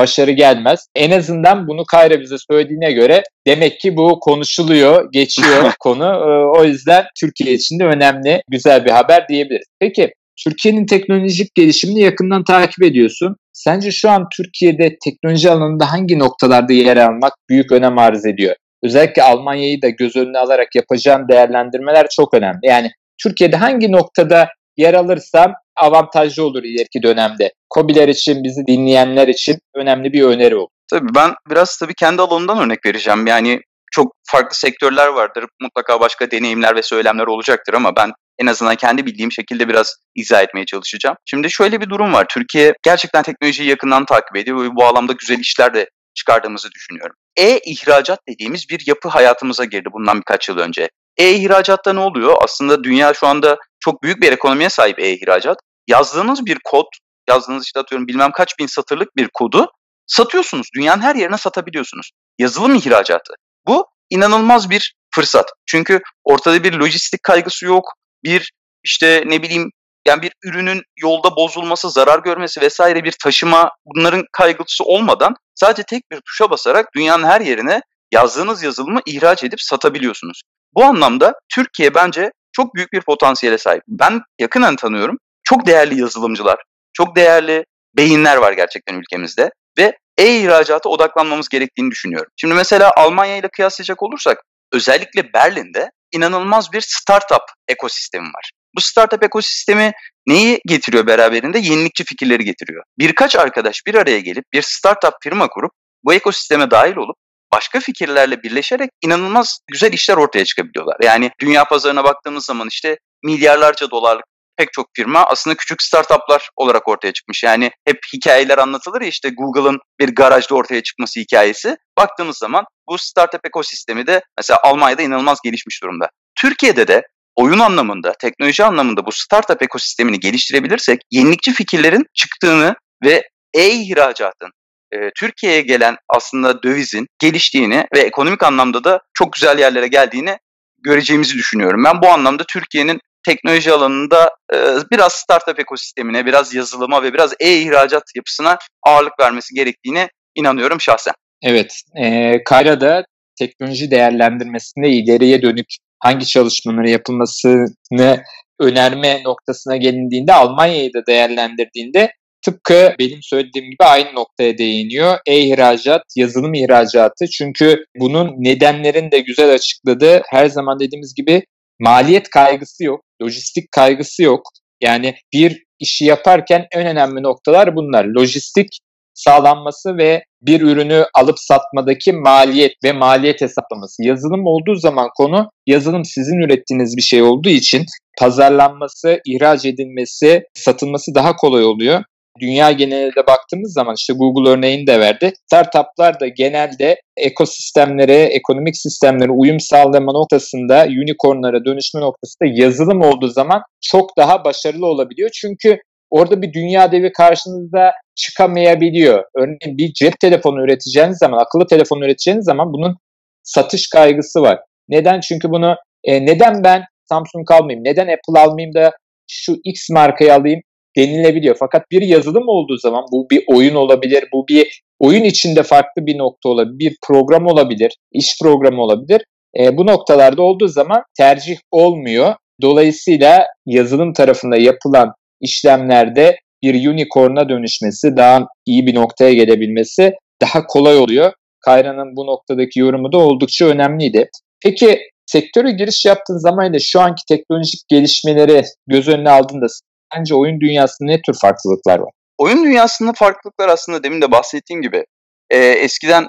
başarı gelmez. En azından bunu Kayra bize söylediğine göre demek ki bu konuşuluyor, geçiyor konu. O yüzden Türkiye için de önemli, güzel bir haber diyebiliriz. Peki Türkiye'nin teknolojik gelişimini yakından takip ediyorsun. Sence şu an Türkiye'de teknoloji alanında hangi noktalarda yer almak büyük önem arz ediyor? Özellikle Almanya'yı da göz önüne alarak yapacağın değerlendirmeler çok önemli. Yani Türkiye'de hangi noktada yer alırsam avantajlı olur ileriki dönemde. KOBİ'ler için, bizi dinleyenler için önemli bir öneri olur. Tabii ben biraz kendi alanımdan örnek vereceğim. Yani çok farklı sektörler vardır. Mutlaka başka deneyimler ve söylemler olacaktır ama ben en azından kendi bildiğim şekilde biraz izah etmeye çalışacağım. Şimdi şöyle bir durum var. Türkiye gerçekten teknolojiyi yakından takip ediyor ve bu alanda güzel işler de çıkardığımızı düşünüyorum. E-ihracat dediğimiz bir yapı hayatımıza girdi bundan birkaç yıl önce. E-ihracatta ne oluyor? Aslında dünya şu anda çok büyük bir ekonomiye sahip e-ihracat. Yazdığınız bir kod, yazdığınız işte atıyorum bilmem kaç bin satırlık bir kodu satıyorsunuz. Dünyanın her yerine satabiliyorsunuz. Yazılım ihracatı. Bu inanılmaz bir fırsat. Çünkü ortada bir lojistik kaygısı yok. Bir işte ne bileyim yani bir ürünün yolda bozulması, zarar görmesi vesaire bir taşıma bunların kaygısı olmadan sadece tek bir tuşa basarak dünyanın her yerine yazdığınız yazılımı ihraç edip satabiliyorsunuz. Bu anlamda Türkiye bence çok büyük bir potansiyele sahip. Ben yakından tanıyorum. Çok değerli yazılımcılar, çok değerli beyinler var gerçekten ülkemizde ve e-ihracata odaklanmamız gerektiğini düşünüyorum. Şimdi mesela Almanya ile kıyaslayacak olursak özellikle Berlin'de inanılmaz bir startup ekosistemi var. Bu startup ekosistemi neyi getiriyor beraberinde? Yenilikçi fikirleri getiriyor. Birkaç arkadaş bir araya gelip bir startup firma kurup bu ekosisteme dahil olup başka fikirlerle birleşerek inanılmaz güzel işler ortaya çıkabiliyorlar. Yani dünya pazarına baktığımız zaman işte milyarlarca dolarlık pek çok firma aslında küçük startuplar olarak ortaya çıkmış. Yani hep hikayeler anlatılır ya işte Google'ın bir garajda ortaya çıkması hikayesi. Baktığımız zaman bu startup ekosistemi de mesela Almanya'da inanılmaz gelişmiş durumda. Türkiye'de de oyun anlamında, teknoloji anlamında bu startup ekosistemini geliştirebilirsek yenilikçi fikirlerin çıktığını ve e-ihracatın Türkiye'ye gelen aslında dövizin geliştiğini ve ekonomik anlamda da çok güzel yerlere geldiğini göreceğimizi düşünüyorum. Ben bu anlamda Türkiye'nin teknoloji alanında biraz startup ekosistemine, biraz yazılıma ve biraz e-ihracat yapısına ağırlık vermesi gerektiğine inanıyorum şahsen. Evet, Kayra da teknoloji değerlendirmesinde ileriye dönük hangi çalışmaları yapılmasını önerme noktasına gelindiğinde Almanya'yı da değerlendirdiğinde tıpkı benim söylediğim gibi aynı noktaya değiniyor. E-ihracat, yazılım ihracatı. Çünkü bunun nedenlerini de güzel açıkladı. Her zaman dediğimiz gibi maliyet kaygısı yok, lojistik kaygısı yok. Yani bir işi yaparken en önemli noktalar bunlar. Lojistik sağlanması ve bir ürünü alıp satmadaki maliyet ve maliyet hesaplaması. Yazılım olduğu zaman konu, yazılım sizin ürettiğiniz bir şey olduğu için pazarlanması, ihraç edilmesi, satılması daha kolay oluyor. Dünya geneline baktığımız zaman işte Google örneğini de verdi. Startuplar da genelde ekosistemlere, ekonomik sistemlere uyum sağlama noktasında, unicornlara dönüşme noktasında yazılım olduğu zaman çok daha başarılı olabiliyor. Çünkü orada bir dünya devi karşınıza çıkamayabiliyor. Örneğin bir cep telefonu üreteceğiniz zaman, akıllı telefon üreteceğiniz zaman bunun satış kaygısı var. Neden? Çünkü bunu neden ben Samsung almayayım, neden Apple almayayım da şu X markayı alayım denilebiliyor. Fakat bir yazılım olduğu zaman bu bir oyun olabilir, bu bir oyun içinde farklı bir nokta olabilir, bir program olabilir, iş programı olabilir. Bu noktalarda olduğu zaman tercih olmuyor. Dolayısıyla yazılım tarafında yapılan işlemlerde bir unicorn'a dönüşmesi, daha iyi bir noktaya gelebilmesi daha kolay oluyor. Kayra'nın bu noktadaki yorumu da oldukça önemliydi. Peki sektöre giriş yaptığın zaman da şu anki teknolojik gelişmeleri göz önüne aldığında sence oyun dünyasında ne tür farklılıklar var? Oyun dünyasında farklılıklar aslında demin de bahsettiğim gibi eskiden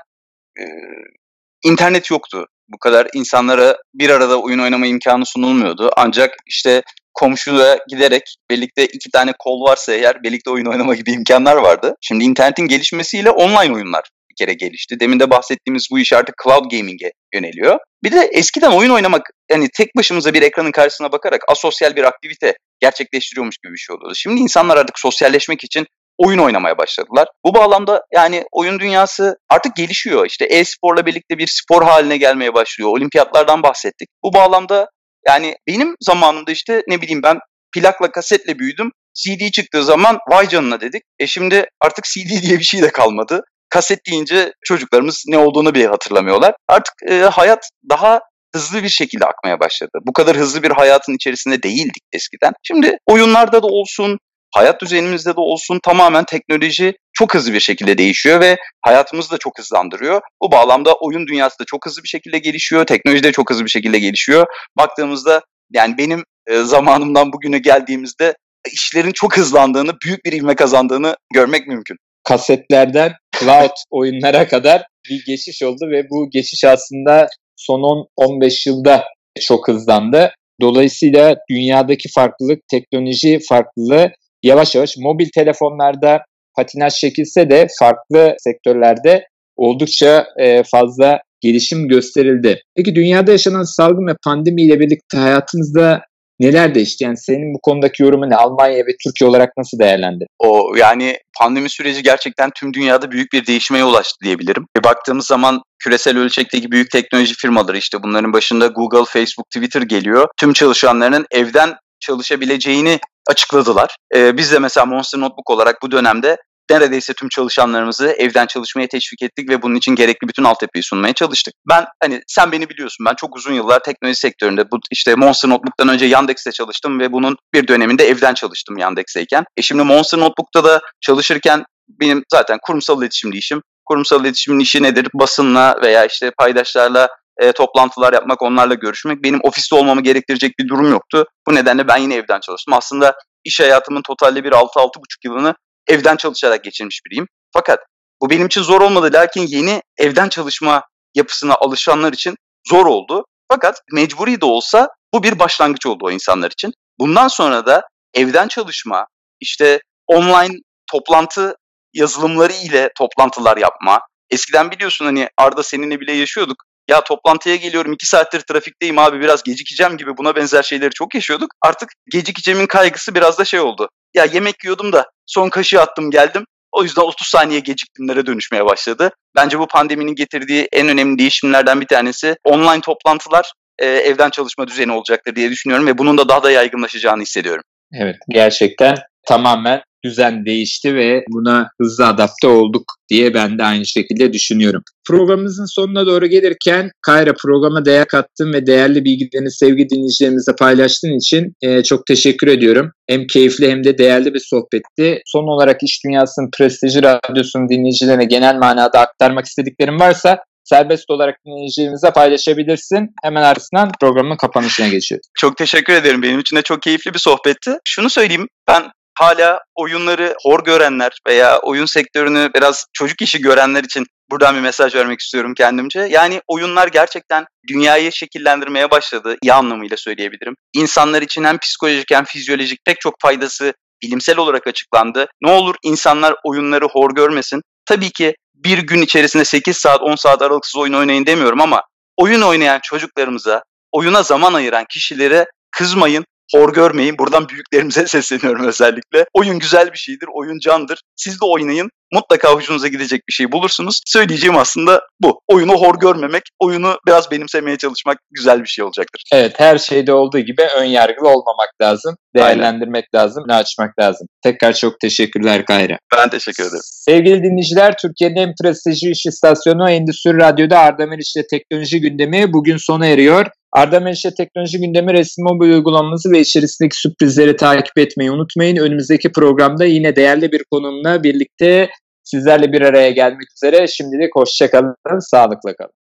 internet yoktu. Bu kadar insanlara bir arada oyun oynama imkanı sunulmuyordu. Ancak işte komşuya giderek birlikte 2 tane kol varsa eğer birlikte oyun oynama gibi imkanlar vardı. Şimdi internetin gelişmesiyle online oyunlar bir kere gelişti. Demin de bahsettiğimiz bu iş artık cloud gaming'e yöneliyor. Bir de eskiden oyun oynamak yani tek başımıza bir ekranın karşısına bakarak asosyal bir aktivite gerçekleştiriyormuş gibi bir şey oluyordu. Şimdi insanlar artık sosyalleşmek için oyun oynamaya başladılar. Bu bağlamda yani oyun dünyası artık gelişiyor. İşte e-sporla birlikte bir spor haline gelmeye başlıyor. Olimpiyatlardan bahsettik. Bu bağlamda yani benim zamanımda işte ne bileyim ben plakla kasetle büyüdüm. CD çıktığı zaman vay canına dedik. Şimdi artık CD diye bir şey de kalmadı. kaset deyince çocuklarımız ne olduğunu bile hatırlamıyorlar. Artık hayat daha hızlı bir şekilde akmaya başladı. Bu kadar hızlı bir hayatın içerisinde değildik eskiden. Şimdi oyunlarda da olsun, hayat düzenimizde de olsun tamamen teknoloji çok hızlı bir şekilde değişiyor ve hayatımızı da çok hızlandırıyor. Bu bağlamda oyun dünyası da çok hızlı bir şekilde gelişiyor, teknoloji de çok hızlı bir şekilde gelişiyor. Baktığımızda yani benim zamanımdan bugüne geldiğimizde işlerin çok hızlandığını, büyük bir ivme kazandığını görmek mümkün. Kasetlerden cloud oyunlara kadar bir geçiş oldu ve bu geçiş aslında son 10-15 yılda çok hızlandı. Dolayısıyla dünyadaki farklılık, teknoloji farklılığı yavaş yavaş mobil telefonlarda patinaj çekilse de farklı sektörlerde oldukça fazla gelişim gösterildi. Peki dünyada yaşanan salgın ve pandemiyle birlikte hayatınızda neler değişti? Yani senin bu konudaki yorumun ne? Almanya ve Türkiye olarak nasıl değerlendirdin? Yani pandemi süreci gerçekten tüm dünyada büyük bir değişime yol açtı diyebilirim. Baktığımız zaman küresel ölçekteki büyük teknoloji firmaları işte bunların başında Google, Facebook, Twitter geliyor. Tüm çalışanlarının evden çalışabileceğini açıkladılar. Biz de mesela Monster Notebook olarak bu dönemde neredeyse tüm çalışanlarımızı evden çalışmaya teşvik ettik ve bunun için gerekli bütün altyapıyı sunmaya çalıştık. Ben sen beni biliyorsun, ben çok uzun yıllar teknoloji sektöründe işte Monster Notebook'tan önce Yandex'te çalıştım ve bunun bir döneminde evden çalıştım Yandex'teyken. Şimdi Monster Notebook'ta da çalışırken benim zaten kurumsal iletişimli işim. Kurumsal iletişimin işi nedir? Basınla veya işte paydaşlarla toplantılar yapmak, onlarla görüşmek. Benim ofiste olmamı gerektirecek bir durum yoktu. Bu nedenle ben yine evden çalıştım. Aslında iş hayatımın totalde bir 6-6,5 yılını evden çalışarak geçirmiş biriyim. Fakat bu benim için zor olmadı. Lakin yeni evden çalışma yapısına alışanlar için zor oldu. Fakat mecburi de olsa bu bir başlangıç oldu o insanlar için. Bundan sonra da evden çalışma, işte online toplantı yazılımları ile toplantılar yapma. Eskiden biliyorsun Arda seninle bile yaşıyorduk. Ya toplantıya geliyorum 2 saattir trafikteyim abi biraz gecikeceğim gibi buna benzer şeyleri çok yaşıyorduk. Artık gecikeceğimin kaygısı biraz da oldu. Ya yemek yiyordum da son kaşığı attım geldim. O yüzden 30 saniye geciktimlere dönüşmeye başladı. Bence bu pandeminin getirdiği en önemli değişimlerden bir tanesi online toplantılar evden çalışma düzeni olacaktır diye düşünüyorum ve bunun da daha da yaygınlaşacağını hissediyorum. Evet, gerçekten tamamen düzen değişti ve buna hızlı adapte olduk diye ben de aynı şekilde düşünüyorum. Programımızın sonuna doğru gelirken Kayra programa değer kattın ve değerli bilgilerini sevgili dinleyicilerimizle paylaştığın için çok teşekkür ediyorum. Hem keyifli hem de değerli bir sohbetti. Son olarak İş Dünyası'nın prestijli radyosunun dinleyicilerine genel manada aktarmak istediklerim varsa serbest olarak dinleyicilerimize paylaşabilirsin. Hemen arkasından programın kapanışına geçiyoruz. Çok teşekkür ederim. Benim için de çok keyifli bir sohbetti. Şunu söyleyeyim, ben hala oyunları hor görenler veya oyun sektörünü biraz çocuk işi görenler için buradan bir mesaj vermek istiyorum kendimce. Yani oyunlar gerçekten dünyayı şekillendirmeye başladı. İyi anlamıyla söyleyebilirim. İnsanlar için hem psikolojik hem fizyolojik pek çok faydası bilimsel olarak açıklandı. Ne olur insanlar oyunları hor görmesin. Tabii ki bir gün içerisinde 8 saat 10 saat aralıksız oyun oynayın demiyorum ama oyun oynayan çocuklarımıza, oyuna zaman ayıran kişilere kızmayın, hor görmeyin. Buradan büyüklerimize sesleniyorum özellikle. Oyun güzel bir şeydir, oyun candır. Siz de oynayın. Mutlaka hoşunuza gidecek bir şey bulursunuz. Söyleyeceğim aslında bu. Oyunu hor görmemek, oyunu biraz benimsemeye çalışmak güzel bir şey olacaktır. Evet, her şeyde olduğu gibi ön yargılı olmamak lazım. Değerlendirmek lazım, açmak lazım. Tekrar çok teşekkürler Kayra. Ben teşekkür ederim. Sevgili dinleyiciler, Türkiye'nin en prestijli iş istasyonu Endüstri Radyo'da Arda Meriç'le teknoloji gündemi bugün sona eriyor. Arda Meriç'le teknoloji gündemi resim mobil uygulamamızı ve içerisindeki sürprizleri takip etmeyi unutmayın. Önümüzdeki programda yine değerli bir konuğumla birlikte sizlerle bir araya gelmek üzere. Şimdilik hoşça kalın, sağlıkla kalın.